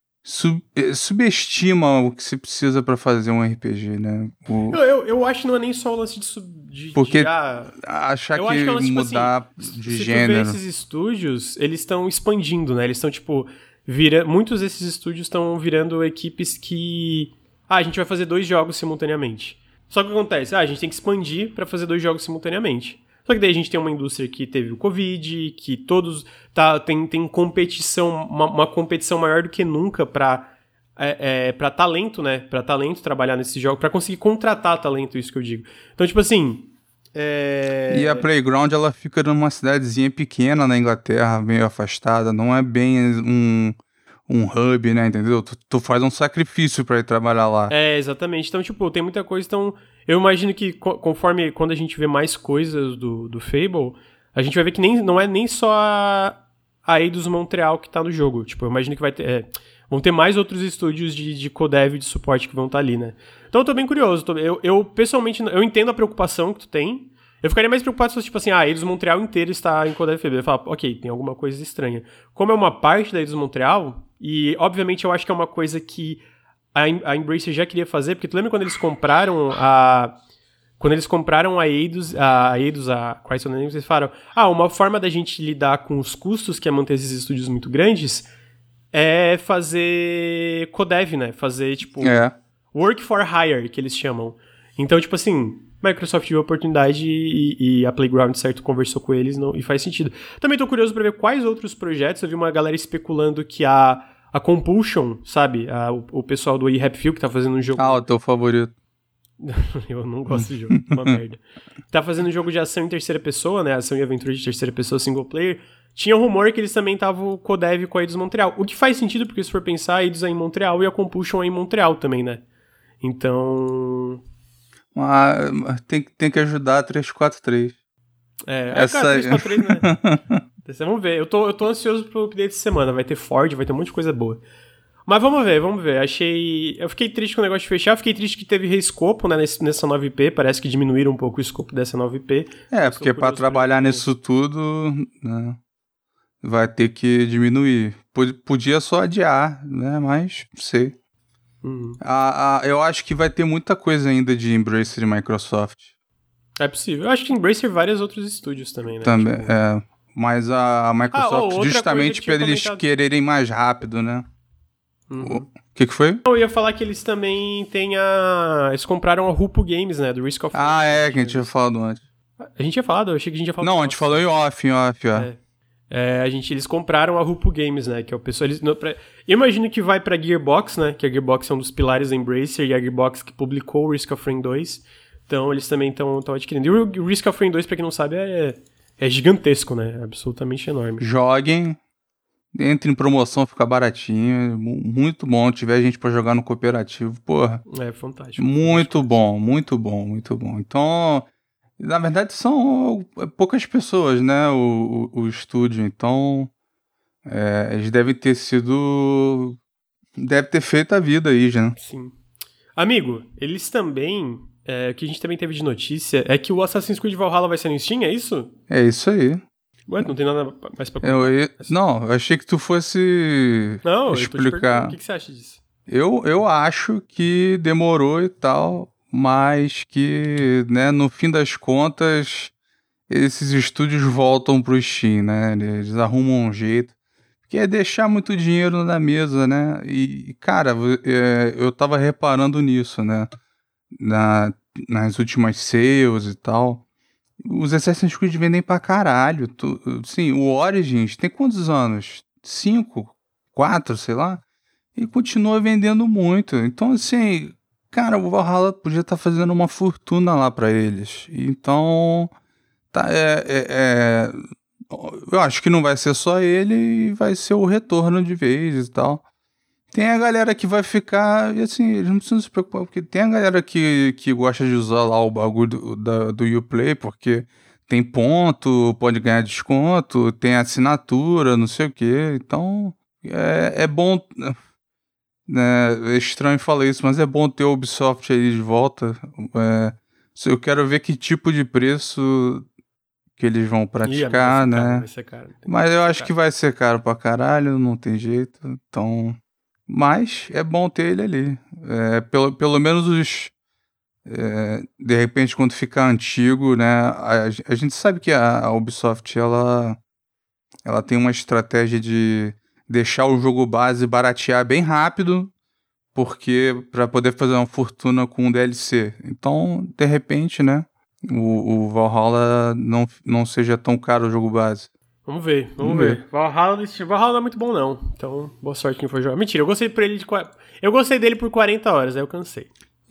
subestima o que se precisa pra fazer um RPG, né? Eu acho que não é nem só o lance achar que é um lance, mudar tipo, de gênero. Se tu vê esses estúdios, eles estão expandindo, né? Eles estão, tipo... muitos desses estúdios estão virando equipes que... a gente vai fazer 2 jogos simultaneamente. Só que o que acontece? A gente tem que expandir pra fazer 2 jogos simultaneamente. Só que daí a gente tem uma indústria que teve o Covid, que todos... tem competição, uma competição maior do que nunca pra talento, né? Pra talento trabalhar nesse jogo, pra conseguir contratar talento, isso que eu digo. Então, tipo assim... E a Playground, ela fica numa cidadezinha pequena na Inglaterra, meio afastada, não é bem um hub, né, entendeu? Tu faz um sacrifício pra ir trabalhar lá. Exatamente. Então, tipo, tem muita coisa, então... eu imagino que quando a gente vê mais coisas do Fable, a gente vai ver que não é nem só a Eidos Montreal que tá no jogo. Tipo, eu imagino que vão ter mais outros estúdios de codev e de suporte que vão estar ali, né? Então eu tô bem curioso. Eu pessoalmente, eu entendo a preocupação que tu tem. Eu ficaria mais preocupado se fosse, tipo assim, a Eidos Montreal inteira está em codev Fable. Eu falo, ok, tem alguma coisa estranha. Como é uma parte da Eidos Montreal, e obviamente eu acho que é uma coisa que a Embracer já queria fazer, porque tu lembra quando eles compraram a Eidos, a Crystal Dynamics, eles falaram, uma forma da gente lidar com os custos, que é manter esses estúdios muito grandes, é fazer codev, né? Fazer, tipo, work for hire, que eles chamam. Então, tipo assim, Microsoft viu a oportunidade e a Playground, certo, conversou com eles e faz sentido. Também tô curioso pra ver quais outros projetos. Eu vi uma galera especulando que a Compulsion, sabe? O pessoal do Happy Few que tá fazendo um jogo... o teu favorito. Eu não gosto de jogo, uma merda. Tá fazendo jogo de ação em terceira pessoa, né? Ação e aventura de terceira pessoa single player. Tinha rumor que eles também estavam co-dev com a Eidos Montreal. O que faz sentido, porque se for pensar, a Eidos é em Montreal e a Compulsion é em Montreal também, né? Então... Tem que ajudar a 343. Essa... cara, 343, né? Vamos ver. Eu tô ansioso pro update de semana. Vai ter Ford, vai ter um monte de coisa boa. Mas vamos ver. Eu fiquei triste com o negócio de fechar. Fiquei triste que teve reescopo, né, nessa 9P. Parece que diminuíram um pouco o escopo dessa 9P. Porque pra trabalhar nisso tudo, né, vai ter que diminuir. Podia só adiar, né? Mas não sei. Eu acho que vai ter muita coisa ainda de Embracer e Microsoft. É possível. Eu acho que Embracer e vários outros estúdios também, né? Também, mas a Microsoft, justamente pra eles quererem mais rápido, né? O que foi? Eu ia falar que eles também têm eles compraram a Rupo Games, né? Do Risk of Rain. Que a gente tinha falado antes. A gente tinha falado? Eu achei que a gente ia falar. Não, a gente falou em off, ó. Eles compraram a Rupo Games, né? Que é o pessoal. Eu imagino que vai pra Gearbox, né? Que a Gearbox é um dos pilares da Embracer e a Gearbox que publicou o Risk of Rain 2. Então eles também estão adquirindo. E o Risk of Rain 2, pra quem não sabe, é gigantesco, né? É absolutamente enorme. Joguem. Entra em promoção, fica baratinho. Muito bom. Tiver gente pra jogar no cooperativo, porra. É fantástico. Muito bom, muito bom, muito bom. Então, na verdade, são poucas pessoas, né? O estúdio. Então, eles devem ter sido. Deve ter feito a vida aí, já. Sim. Amigo, eles também. O que a gente também teve de notícia é que o Assassin's Creed Valhalla vai ser no Steam, é isso? É isso aí. Ué, não tem nada mais pra comentar? Não, eu achei que tu fosse explicar. O que você acha disso? Eu acho que demorou e tal, mas que, né, no fim das contas, esses estúdios voltam pro Steam, né? Eles arrumam um jeito. Que é deixar muito dinheiro na mesa, né? E cara, eu tava reparando nisso, né? Nas últimas sales e tal. Os Assassin's Creed vendem pra caralho. Sim, o Origins tem quantos anos? 5? 4, sei lá? E continua vendendo muito. Então, assim, cara, o Valhalla podia estar fazendo uma fortuna lá pra eles. Então, eu acho que não vai ser só ele e vai ser o retorno de vez e tal. Tem a galera que vai ficar, e assim, eles não precisam se preocupar, porque tem a galera que gosta de usar lá o bagulho do Uplay, porque tem ponto, pode ganhar desconto, tem assinatura, não sei o quê. Então, é bom, né, é estranho falar isso, mas é bom ter o Ubisoft aí de volta. Eu quero ver que tipo de preço que eles vão praticar, né? Vai ser caro, mas eu acho que vai ser caro pra caralho, não tem jeito, então... Mas é bom ter ele ali. Pelo menos de repente, quando ficar antigo, né? A gente sabe que a Ubisoft ela tem uma estratégia de deixar o jogo base baratear bem rápido, porque para poder fazer uma fortuna com o DLC. Então, de repente, né? O Valhalla não seja tão caro o jogo base. Vamos ver. Valhalla não é muito bom, não. Então, boa sorte quem for jogar. Mentira, eu gostei dele por 40 horas, aí eu cansei.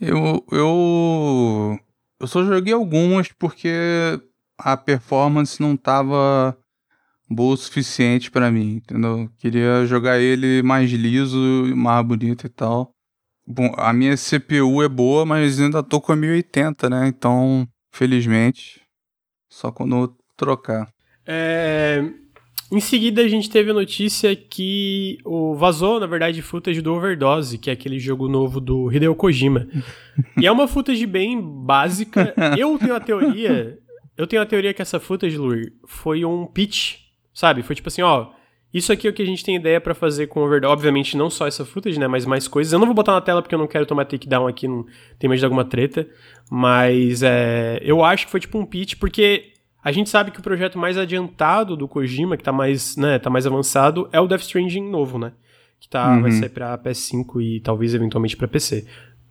Eu só joguei algumas porque a performance não tava boa o suficiente pra mim, entendeu? Queria jogar ele mais liso, mais bonito e tal. Bom, a minha CPU é boa, mas ainda tô com a 1080, né? Então, felizmente, só quando eu trocar. Em seguida a gente teve a notícia que vazou, na verdade, footage do Overdose, que é aquele jogo novo do Hideo Kojima. E é uma footage bem básica. Eu tenho a teoria que essa footage, Luir, foi um pitch, sabe? Foi tipo assim, isso aqui é o que a gente tem ideia pra fazer com o Overdose. Obviamente não só essa footage, né, mas mais coisas. Eu não vou botar na tela porque eu não quero tomar takedown aqui, não tem medo de alguma treta. Mas eu acho que foi tipo um pitch, porque... A gente sabe que o projeto mais adiantado do Kojima, que tá mais avançado, é o Death Stranding novo, né? Que vai sair pra PS5 e talvez eventualmente pra PC.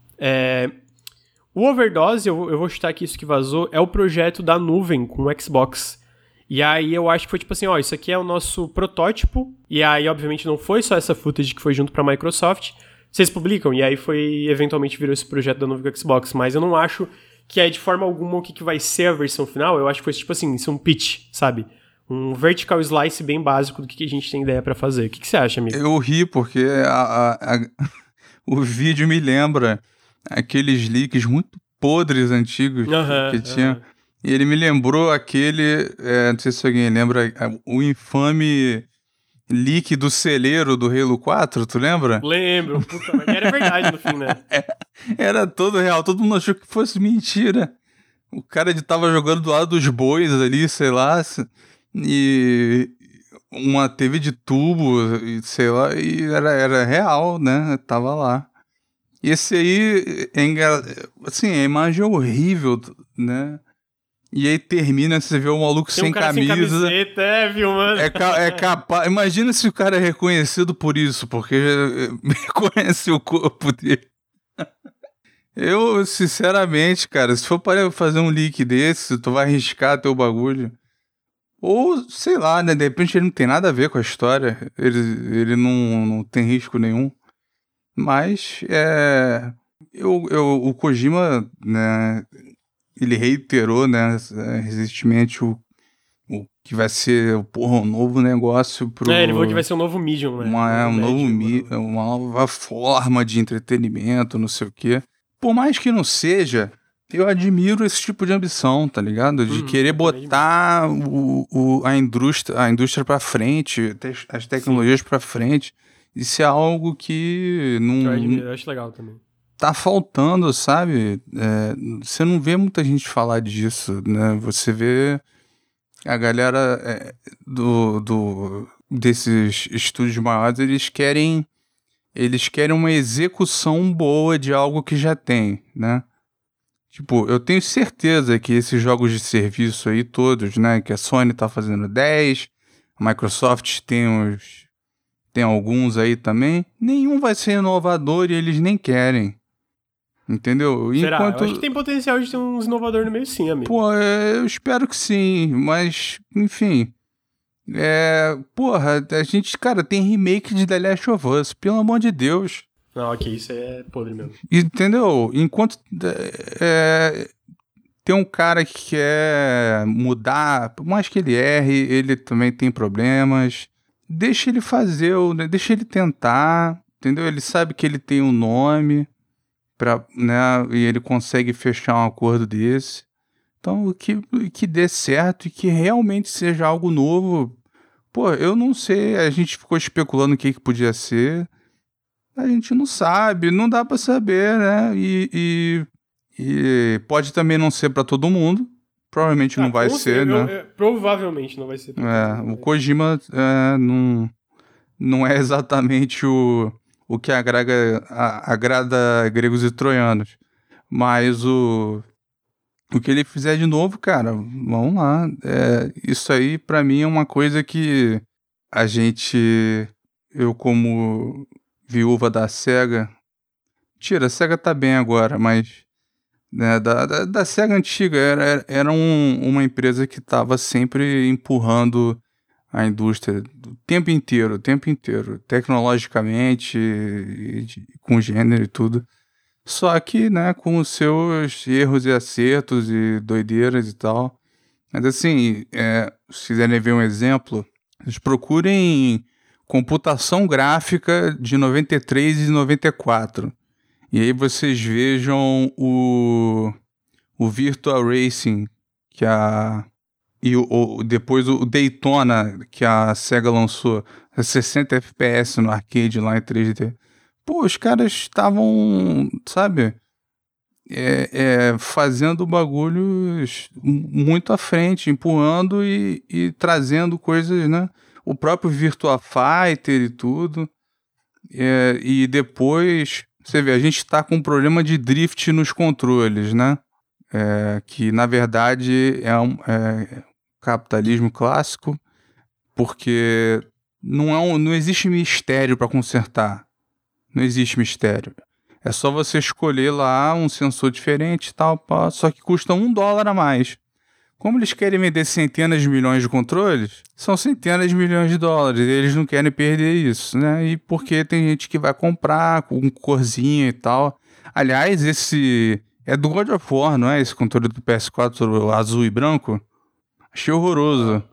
O Overdose, eu vou chutar aqui isso que vazou, é o projeto da nuvem com o Xbox. E aí eu acho que foi tipo assim, isso aqui é o nosso protótipo. E aí, obviamente, não foi só essa footage que foi junto pra Microsoft. vocês publicam, e aí eventualmente virou esse projeto da Nuvem Xbox, mas eu não acho que é de forma alguma o que vai ser a versão final. Eu acho que foi tipo assim, isso é um pitch, sabe? Um vertical slice bem básico do que a gente tem ideia pra fazer. O que você acha, amigo? Eu ri porque o vídeo me lembra aqueles leaks muito podres antigos que tinha. E ele me lembrou aquele, não sei se alguém lembra, o infame leak do celeiro do Halo 4, tu lembra? Lembro, puta, mas era verdade no fim, né? Era todo real, todo mundo achou que fosse mentira. O cara tava jogando do lado dos bois ali, sei lá, e uma TV de tubo, sei lá, e era real, né? Tava lá. E esse aí, assim, a imagem é horrível, né? E aí termina, você vê o maluco Tem sem camisa. Sem camiseta, viu, mano? É capaz. Imagina se o cara é reconhecido por isso, porque reconhece o corpo dele. Eu, sinceramente, cara, se for para fazer um leak desse, tu vai arriscar teu bagulho. Ou, sei lá, né? De repente ele não tem nada a ver com a história. Ele não tem risco nenhum. Mas, o Kojima, né? Ele reiterou, né? Recentemente o que vai ser, um novo negócio pro... ele falou que vai ser um novo medium, né? Uma nova forma de entretenimento, não sei o quê. Por mais que não seja, eu admiro esse tipo de ambição, tá ligado? De querer botar a indústria pra frente, as tecnologias pra frente. Isso é algo que não... Eu acho legal também. Tá faltando, sabe? Você não vê muita gente falar disso, né? Você vê a galera desses estúdios maiores, eles querem uma execução boa de algo que já tem, né? Tipo, eu tenho certeza que esses jogos de serviço aí todos, né? Que a Sony tá fazendo 10, a Microsoft tem alguns aí também. Nenhum vai ser inovador e eles nem querem. Entendeu? Será? Eu acho que tem potencial de ter uns inovadores no meio sim, amigo. Pô, eu espero que sim, mas, enfim... a gente, cara, tem remake de The Last of Us, pelo amor de Deus. Não, ok, isso é podre mesmo. Entendeu? Enquanto tem um cara que quer mudar, por mais que ele erre, ele também tem problemas. Deixa ele fazer, deixa ele tentar, entendeu? Ele sabe que ele tem um nome, né? E ele consegue fechar um acordo desse. Então, que dê certo e que realmente seja algo novo. Pô, eu não sei, a gente ficou especulando o que podia ser. A gente não sabe, não dá pra saber, né? E pode também não ser pra todo mundo. Provavelmente não vai ser, né? Provavelmente não vai ser. O Kojima não é exatamente o que agrada gregos e troianos. Mas o que ele fizer de novo, cara, vamos lá. Isso aí, pra mim, é uma coisa que eu como viúva da SEGA, a SEGA tá bem agora, mas né, da SEGA antiga, era uma empresa que tava sempre empurrando a indústria o tempo inteiro, tecnologicamente, com gênero e tudo. Só que, né, com os seus erros e acertos e doideiras e tal. Mas assim, se quiserem ver um exemplo, vocês procurem computação gráfica de 93 e 94. E aí vocês vejam o Virtua Racing, depois o Daytona, que a SEGA lançou, 60 FPS no arcade lá em 3D. Pô, os caras estavam, sabe, fazendo bagulhos muito à frente, empurrando e trazendo coisas, né? O próprio Virtua Fighter e tudo. E depois, você vê, a gente tá com um problema de drift nos controles, né? Que, na verdade, é capitalismo clássico, porque não existe mistério para consertar. Não existe mistério. É só você escolher lá um sensor diferente e tal, só que custa $1 a mais. Como eles querem vender centenas de milhões de controles, são centenas de milhões de dólares. E eles não querem perder isso, né? E porque tem gente que vai comprar com corzinha e tal. Aliás, esse é do God of War, não é? Esse controle do PS4 azul e branco. Achei horroroso.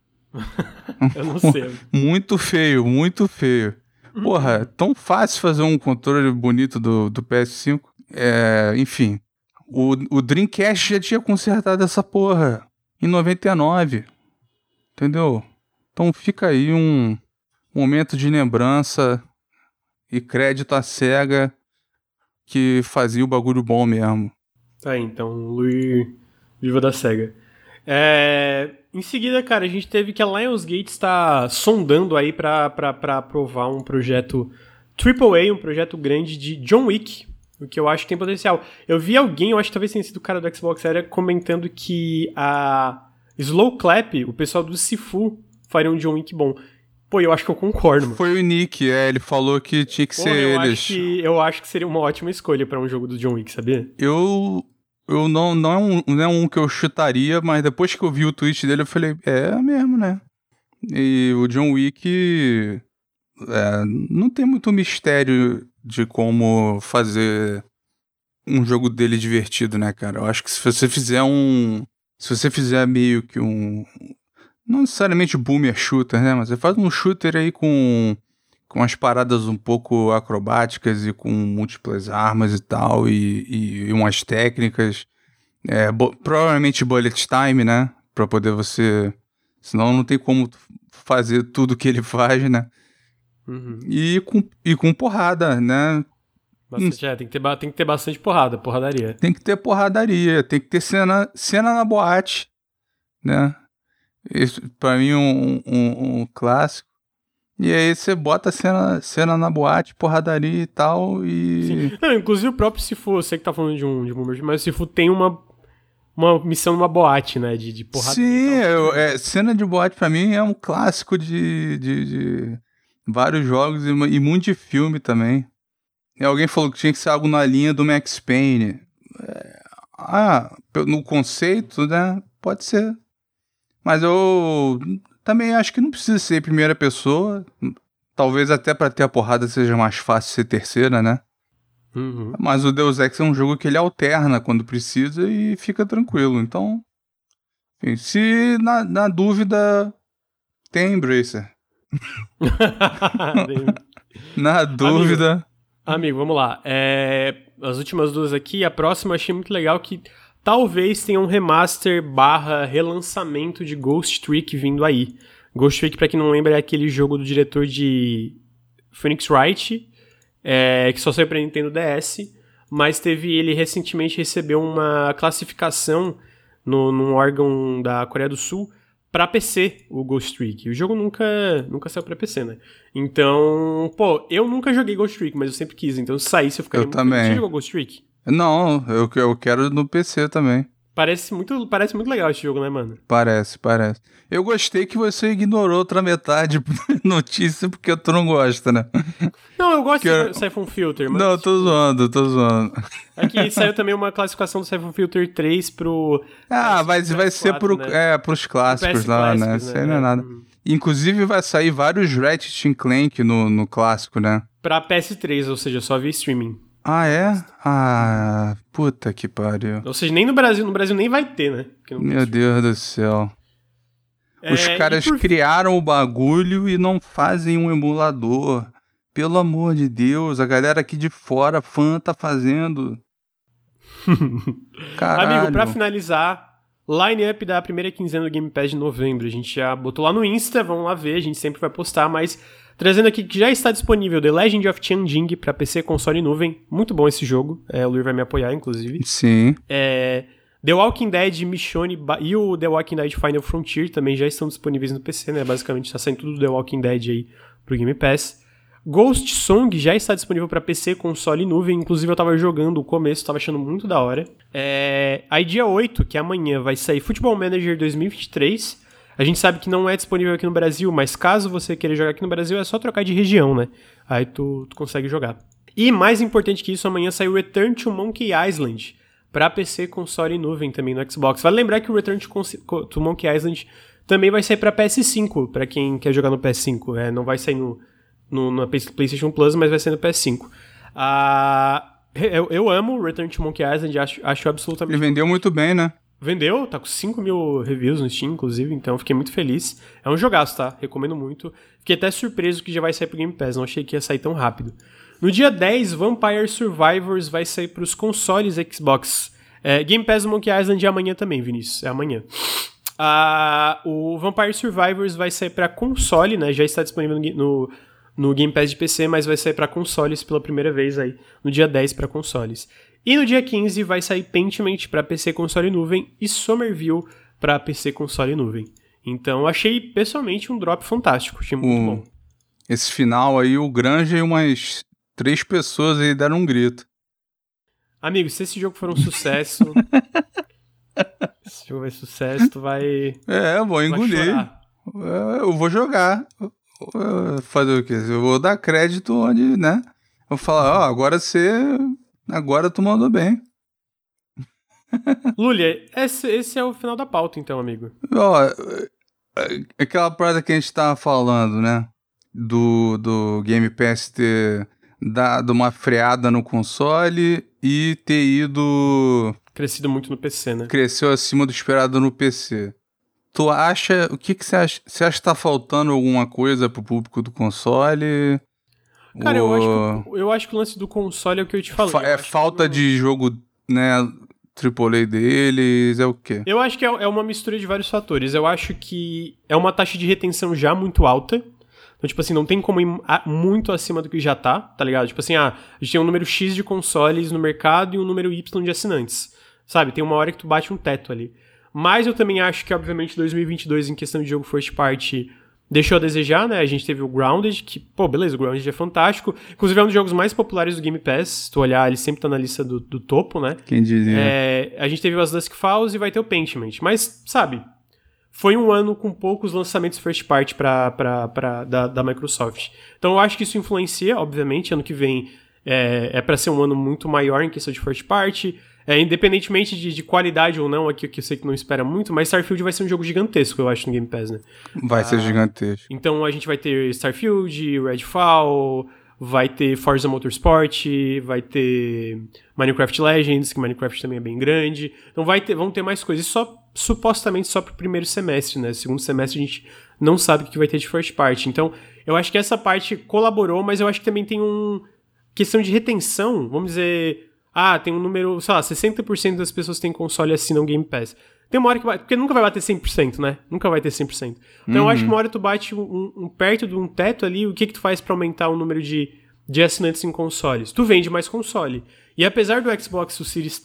Eu não sei. Muito feio, muito feio. Porra, tão fácil fazer um controle bonito do PS5. Enfim, o Dreamcast já tinha consertado essa porra em 99. Entendeu? Então fica aí um momento de lembrança e crédito à SEGA que fazia o bagulho bom mesmo. Tá aí, então, Luiz Viva da SEGA. Em seguida, cara, a gente teve que a Lionsgate está sondando aí pra aprovar um projeto AAA, um projeto grande de John Wick, o que eu acho que tem potencial. Eu vi alguém, eu acho que talvez tenha sido o cara do Xbox Era, comentando que a Slow Clap, o pessoal do Sifu, faria um John Wick bom. Pô, eu acho que eu concordo, mano. Foi o Nick, ele falou que tinha que ser eles. Eu acho que seria uma ótima escolha pra um jogo do John Wick, sabia? Eu não é um que eu chutaria, mas depois que eu vi o tweet dele, eu falei, é mesmo, né? E o John Wick não tem muito mistério de como fazer um jogo dele divertido, né, cara? Eu acho que se você fizer meio que não necessariamente boomer shooter, né? Mas você faz um shooter aí com as paradas um pouco acrobáticas e com múltiplas armas e tal, e umas técnicas. Provavelmente bullet time, né? Pra poder você... Senão não tem como fazer tudo que ele faz, né? Uhum. E com porrada, né? Tem que ter bastante porradaria. Tem que ter porradaria, tem que ter cena na boate, né? Isso, pra mim, um clássico. E aí você bota cena na boate, porradaria e tal, e... Sim. Não, inclusive o próprio Sifu, eu sei que tá falando de um boomer, mas o Sifu tem uma missão numa boate, né, de porrada. Sim, cena de boate pra mim é um clássico de vários jogos e muito de filme também. E alguém falou que tinha que ser algo na linha do Max Payne. No conceito, né, pode ser. Mas eu também acho que não precisa ser primeira pessoa. Talvez até pra ter a porrada seja mais fácil ser terceira, né? Uhum. Mas o Deus Ex é um jogo que ele alterna quando precisa e fica tranquilo. Então, enfim, se na dúvida, tem Embracer. Na dúvida... Amigo, vamos lá. As últimas duas aqui, a próxima eu achei muito legal que talvez tenha um remaster / relançamento de Ghost Trick vindo aí. Ghost Trick, pra quem não lembra, é aquele jogo do diretor de Phoenix Wright, que só saiu pra Nintendo DS, mas ele recentemente recebeu uma classificação num órgão da Coreia do Sul pra PC, o Ghost Trick. O jogo nunca saiu pra PC, né? Então, pô, eu nunca joguei Ghost Trick, mas eu sempre quis, então se saísse eu ficaria muito também. Você jogou Ghost Trick? Não, eu quero no PC também. Parece muito legal esse jogo, né, mano? Parece. Eu gostei que você ignorou outra metade da notícia porque tu não gosta, né? Não, eu gosto de Siphon Filter, mas... Não, tô zoando. É que saiu também uma classificação do Siphon Filter 3 pro... vai ser pros clássicos lá, né? Isso aí não é nada. Inclusive vai sair vários Ratchet & Clank no clássico, né? Pra PS3, ou seja, só via streaming. Ah, é? Puta que pariu. Ou seja, nem no Brasil nem vai ter, né? Meu Deus do céu. Os caras criaram o bagulho e não fazem um emulador. Pelo amor de Deus, a galera aqui de fora, fã, tá fazendo. Caralho. Amigo, pra finalizar, line-up da primeira quinzena do Game Pass de novembro. A gente já botou lá no Insta, vamos lá ver, a gente sempre vai postar, mas... Trazendo aqui que já está disponível The Legend of Tianjing para PC, console e nuvem. Muito bom esse jogo. O Luir vai me apoiar, inclusive. Sim. The Walking Dead, Michonne e o The Walking Dead Final Frontier também já estão disponíveis no PC, né? Basicamente está saindo tudo do The Walking Dead aí pro Game Pass. Ghost Song já está disponível para PC, console e nuvem. Inclusive eu tava jogando o começo, tava achando muito da hora. Aí dia 8, que é amanhã, vai sair Football Manager 2023. A gente sabe que não é disponível aqui no Brasil, mas caso você queira jogar aqui no Brasil, é só trocar de região, né? Aí tu consegue jogar. E mais importante que isso, amanhã saiu Return to Monkey Island para PC, console e nuvem também no Xbox. Vale lembrar que o Return to Monkey Island também vai sair para PS5, para quem quer jogar no PS5. Não vai sair na PlayStation Plus, mas vai sair no PS5. Eu amo Return to Monkey Island, acho absolutamente... Ele vendeu muito bem, né? Vendeu, tá com 5.000 reviews no Steam, inclusive, então fiquei muito feliz. É um jogaço, tá? Recomendo muito. Fiquei até surpreso que já vai sair pro Game Pass, não achei que ia sair tão rápido. No dia 10, Vampire Survivors vai sair pros consoles Xbox. Game Pass do Monkey Island é amanhã também, Vinícius, é amanhã. O Vampire Survivors vai sair pra console, né? Já está disponível no Game Pass de PC, mas vai sair pra consoles pela primeira vez aí, no dia 10 pra consoles. E no dia 15 vai sair Pentiment pra PC, console e nuvem e Somerville pra PC, console e nuvem. Então achei pessoalmente um drop fantástico, achei muito bom. Esse final aí, o Granja e umas 3 pessoas aí deram um grito. Amigo, se esse jogo for um sucesso... se jogo vai sucesso, tu vai... eu vou engolir. Eu vou jogar. Fazer o quê? Eu vou dar crédito onde, né? Eu vou falar, agora tu mandou bem. Lulia, esse é o final da pauta, então, amigo. Aquela parada que a gente tava falando, né? Do Game Pass ter dado uma freada no console e ter ido... Crescido muito no PC, né? Cresceu acima do esperado no PC. Tu acha... O que você acha? Você acha que tá faltando alguma coisa pro público do console? Cara, eu acho que o lance do console é o que eu te falei. Falta de jogo, né, AAA deles, é o quê? Eu acho que é uma mistura de vários fatores. Eu acho que é uma taxa de retenção já muito alta. Então, tipo assim, não tem como ir muito acima do que já tá ligado? Tipo assim, a gente tem um número X de consoles no mercado e um número Y de assinantes. Sabe? Tem uma hora que tu bate um teto ali. Mas eu também acho que, obviamente, 2022, em questão de jogo first party... deixou a desejar, né? A gente teve o Grounded, que, beleza, o Grounded é fantástico. Inclusive, é um dos jogos mais populares do Game Pass. Se tu olhar, ele sempre tá na lista do topo, né? Quem diria? A gente teve o As Dusk Falls e vai ter o Pentiment. Mas, sabe, foi um ano com poucos lançamentos first party da Microsoft. Então, eu acho que isso influencia, obviamente. Ano que vem é pra ser um ano muito maior em questão de first party. Independentemente de qualidade ou não, aqui que eu sei que não espera muito, mas Starfield vai ser um jogo gigantesco, eu acho, no Game Pass, né? Vai ser gigantesco. Então a gente vai ter Starfield, Redfall, vai ter Forza Motorsport, vai ter Minecraft Legends, que Minecraft também é bem grande. Então vão ter mais coisas, supostamente só pro primeiro semestre, né? Segundo semestre a gente não sabe o que vai ter de first party. Então eu acho que essa parte colaborou, mas eu acho que também tem questão de retenção, vamos dizer... tem um número, sei lá, 60% das pessoas que têm console e assinam Game Pass. Tem uma hora que porque nunca vai bater 100%, né? Nunca vai ter 100%. Então eu acho que uma hora tu bate perto de um teto ali, o que tu faz pra aumentar o número de assinantes em consoles? Tu vende mais console. E apesar do Xbox, o Series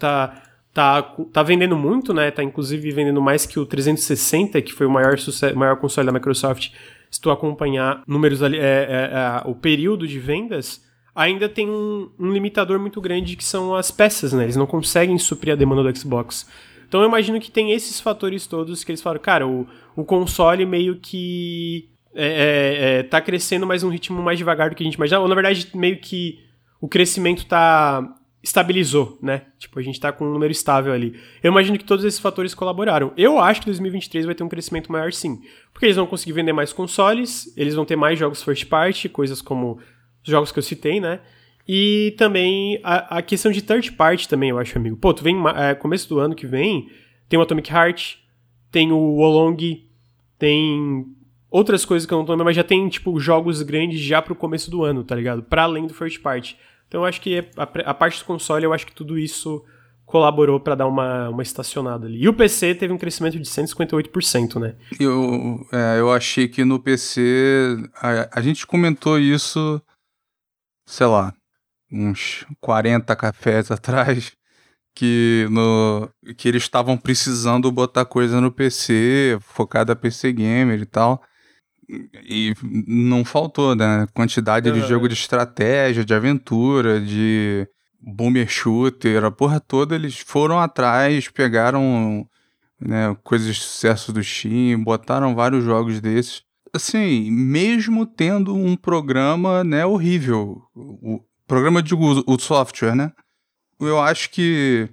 tá vendendo muito, né? Tá inclusive vendendo mais que o 360, que foi o maior console da Microsoft. Se tu acompanhar números ali, o período de vendas... ainda tem um limitador muito grande que são as peças, né? Eles não conseguem suprir a demanda do Xbox. Então eu imagino que tem esses fatores todos que eles falaram, cara, o console meio que tá crescendo, mas num ritmo mais devagar do que a gente imaginava. Ou, na verdade, meio que o crescimento estabilizou, né? Tipo, a gente tá com um número estável ali. Eu imagino que todos esses fatores colaboraram. Eu acho que 2023 vai ter um crescimento maior, sim. Porque eles vão conseguir vender mais consoles, eles vão ter mais jogos first party, coisas como... os jogos que eu citei, né? E também a questão de third party também, eu acho, amigo. Tu vem começo do ano que vem, tem o Atomic Heart, tem o Wolong, tem outras coisas que eu não tô lembrando, mas já tem, tipo, jogos grandes já pro começo do ano, tá ligado? Pra além do first party. Então eu acho que a parte do console, eu acho que tudo isso colaborou pra dar uma estacionada ali. E o PC teve um crescimento de 158%, né? Eu achei que no PC, a gente comentou isso... sei lá, uns 40 cafés atrás, que eles estavam precisando botar coisa no PC, focada PC Gamer e tal, e não faltou, né? Quantidade de jogo de estratégia, de aventura, de boomer shooter, a porra toda, eles foram atrás, pegaram, né, coisas de sucesso do Steam, botaram vários jogos desses. Assim, mesmo tendo um programa, né, horrível, o programa, digo, o software, né, eu acho que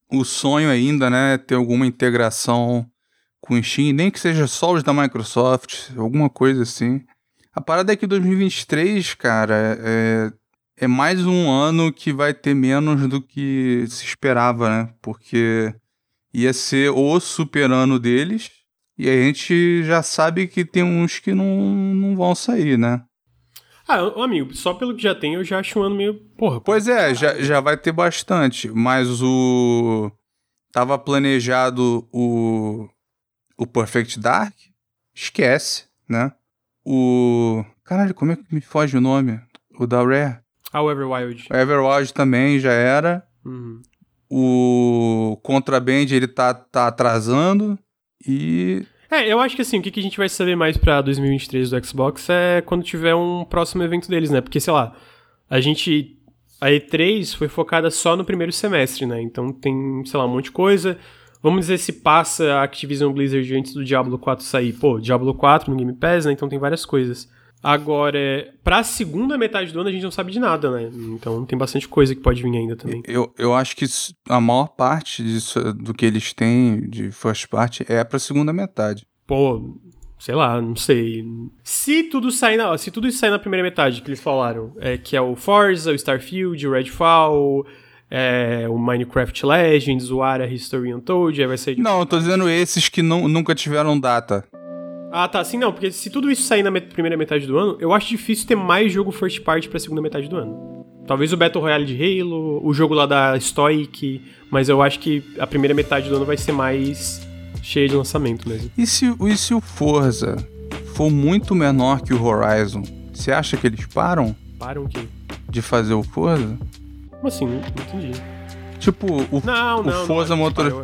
o sonho ainda, né, ter alguma integração com o Steam, nem que seja só os da Microsoft, alguma coisa assim. A parada é que 2023, cara, é mais um ano que vai ter menos do que se esperava, né? Porque ia ser o super ano deles, e a gente já sabe que tem uns que não vão sair, né? Amigo, só pelo que já tem, eu já acho um ano meio... Porra. Pois é, já vai ter bastante, mas tava planejado o Perfect Dark, esquece, né? Caralho, como é que me foge o nome? O da Rare. O Everwild. O Everwild também já era. Uhum. O Contraband, ele tá atrasando. E... eu acho que assim, o que a gente vai saber mais pra 2023 do Xbox é quando tiver um próximo evento deles, né? Porque, sei lá, a E3 foi focada só no primeiro semestre, né? Então tem, sei lá, um monte de coisa. Vamos dizer se passa a Activision Blizzard antes do Diablo 4 sair. Pô, Diablo 4 no Game Pass, né? Então tem várias coisas. Agora, pra segunda metade do ano a gente não sabe de nada, né? Então tem bastante coisa que pode vir ainda também. Eu acho que a maior parte do que eles têm de first party é pra segunda metade. Pô, sei lá, não sei. Se tudo isso sair na primeira metade que eles falaram, que é o Forza, o Starfield, o Redfall, o Minecraft Legends, o Ara History Untold, aí vai ser... Não, eu tô dizendo esses que nunca tiveram data. Tá, sim, não, porque se tudo isso sair na primeira metade do ano, eu acho difícil ter mais jogo first party pra segunda metade do ano. Talvez o Battle Royale de Halo, o jogo lá da Stoic, mas eu acho que a primeira metade do ano vai ser mais cheia de lançamento mesmo. E se o Forza for muito menor que o Horizon, você acha que eles param? Param o quê? De fazer o Forza? Como assim? Não entendi. Tipo, o Forza Motor...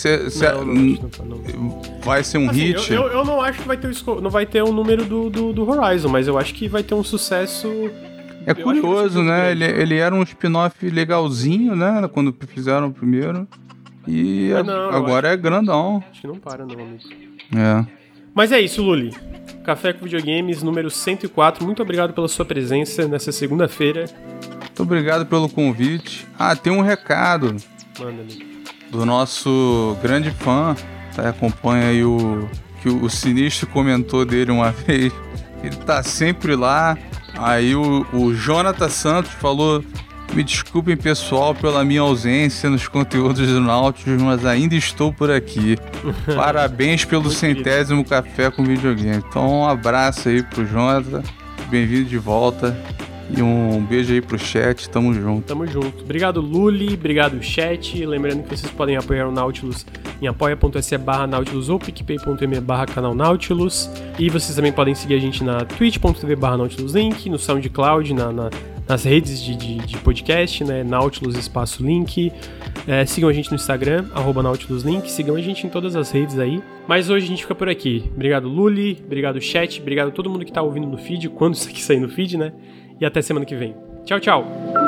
Vai ser um hit? Eu não acho que não vai ter o número do Horizon, mas eu acho que vai ter um sucesso... É curioso, né? Ele era um spin-off legalzinho, né? Quando fizeram o primeiro. E agora é grandão. Acho que não para, não, amigo. Mas é isso, Luli. Café com Videogames, número 104. Muito obrigado pela sua presença nessa segunda-feira. Muito obrigado pelo convite. Tem um recado. Manda, amigo. Do nosso grande fã, tá? Acompanha aí que o Sinistro comentou dele uma vez. Ele tá sempre lá. Aí o Jonathan Santos falou: me desculpem, pessoal, pela minha ausência nos conteúdos do Nautilus, mas ainda estou por aqui. Parabéns pelo 100º Café com Videogame. Então um abraço aí pro Jonathan. Bem-vindo de volta. E um beijo aí pro chat, tamo junto. Tamo junto. Obrigado, Luli, obrigado, chat. Lembrando que vocês podem apoiar o Nautilus em apoia.se/Nautilus ou picpay.me/canal Nautilus. E vocês também podem seguir a gente na twitch.tv/NautilusLink, no SoundCloud, nas redes de podcast, né? Nautilus Espaço Link. Sigam a gente no Instagram, @NautilusLink. Sigam a gente em todas as redes aí. Mas hoje a gente fica por aqui. Obrigado, Luli. Obrigado, chat. Obrigado a todo mundo que tá ouvindo no feed, quando isso aqui sair no feed, né? E até semana que vem. Tchau, tchau!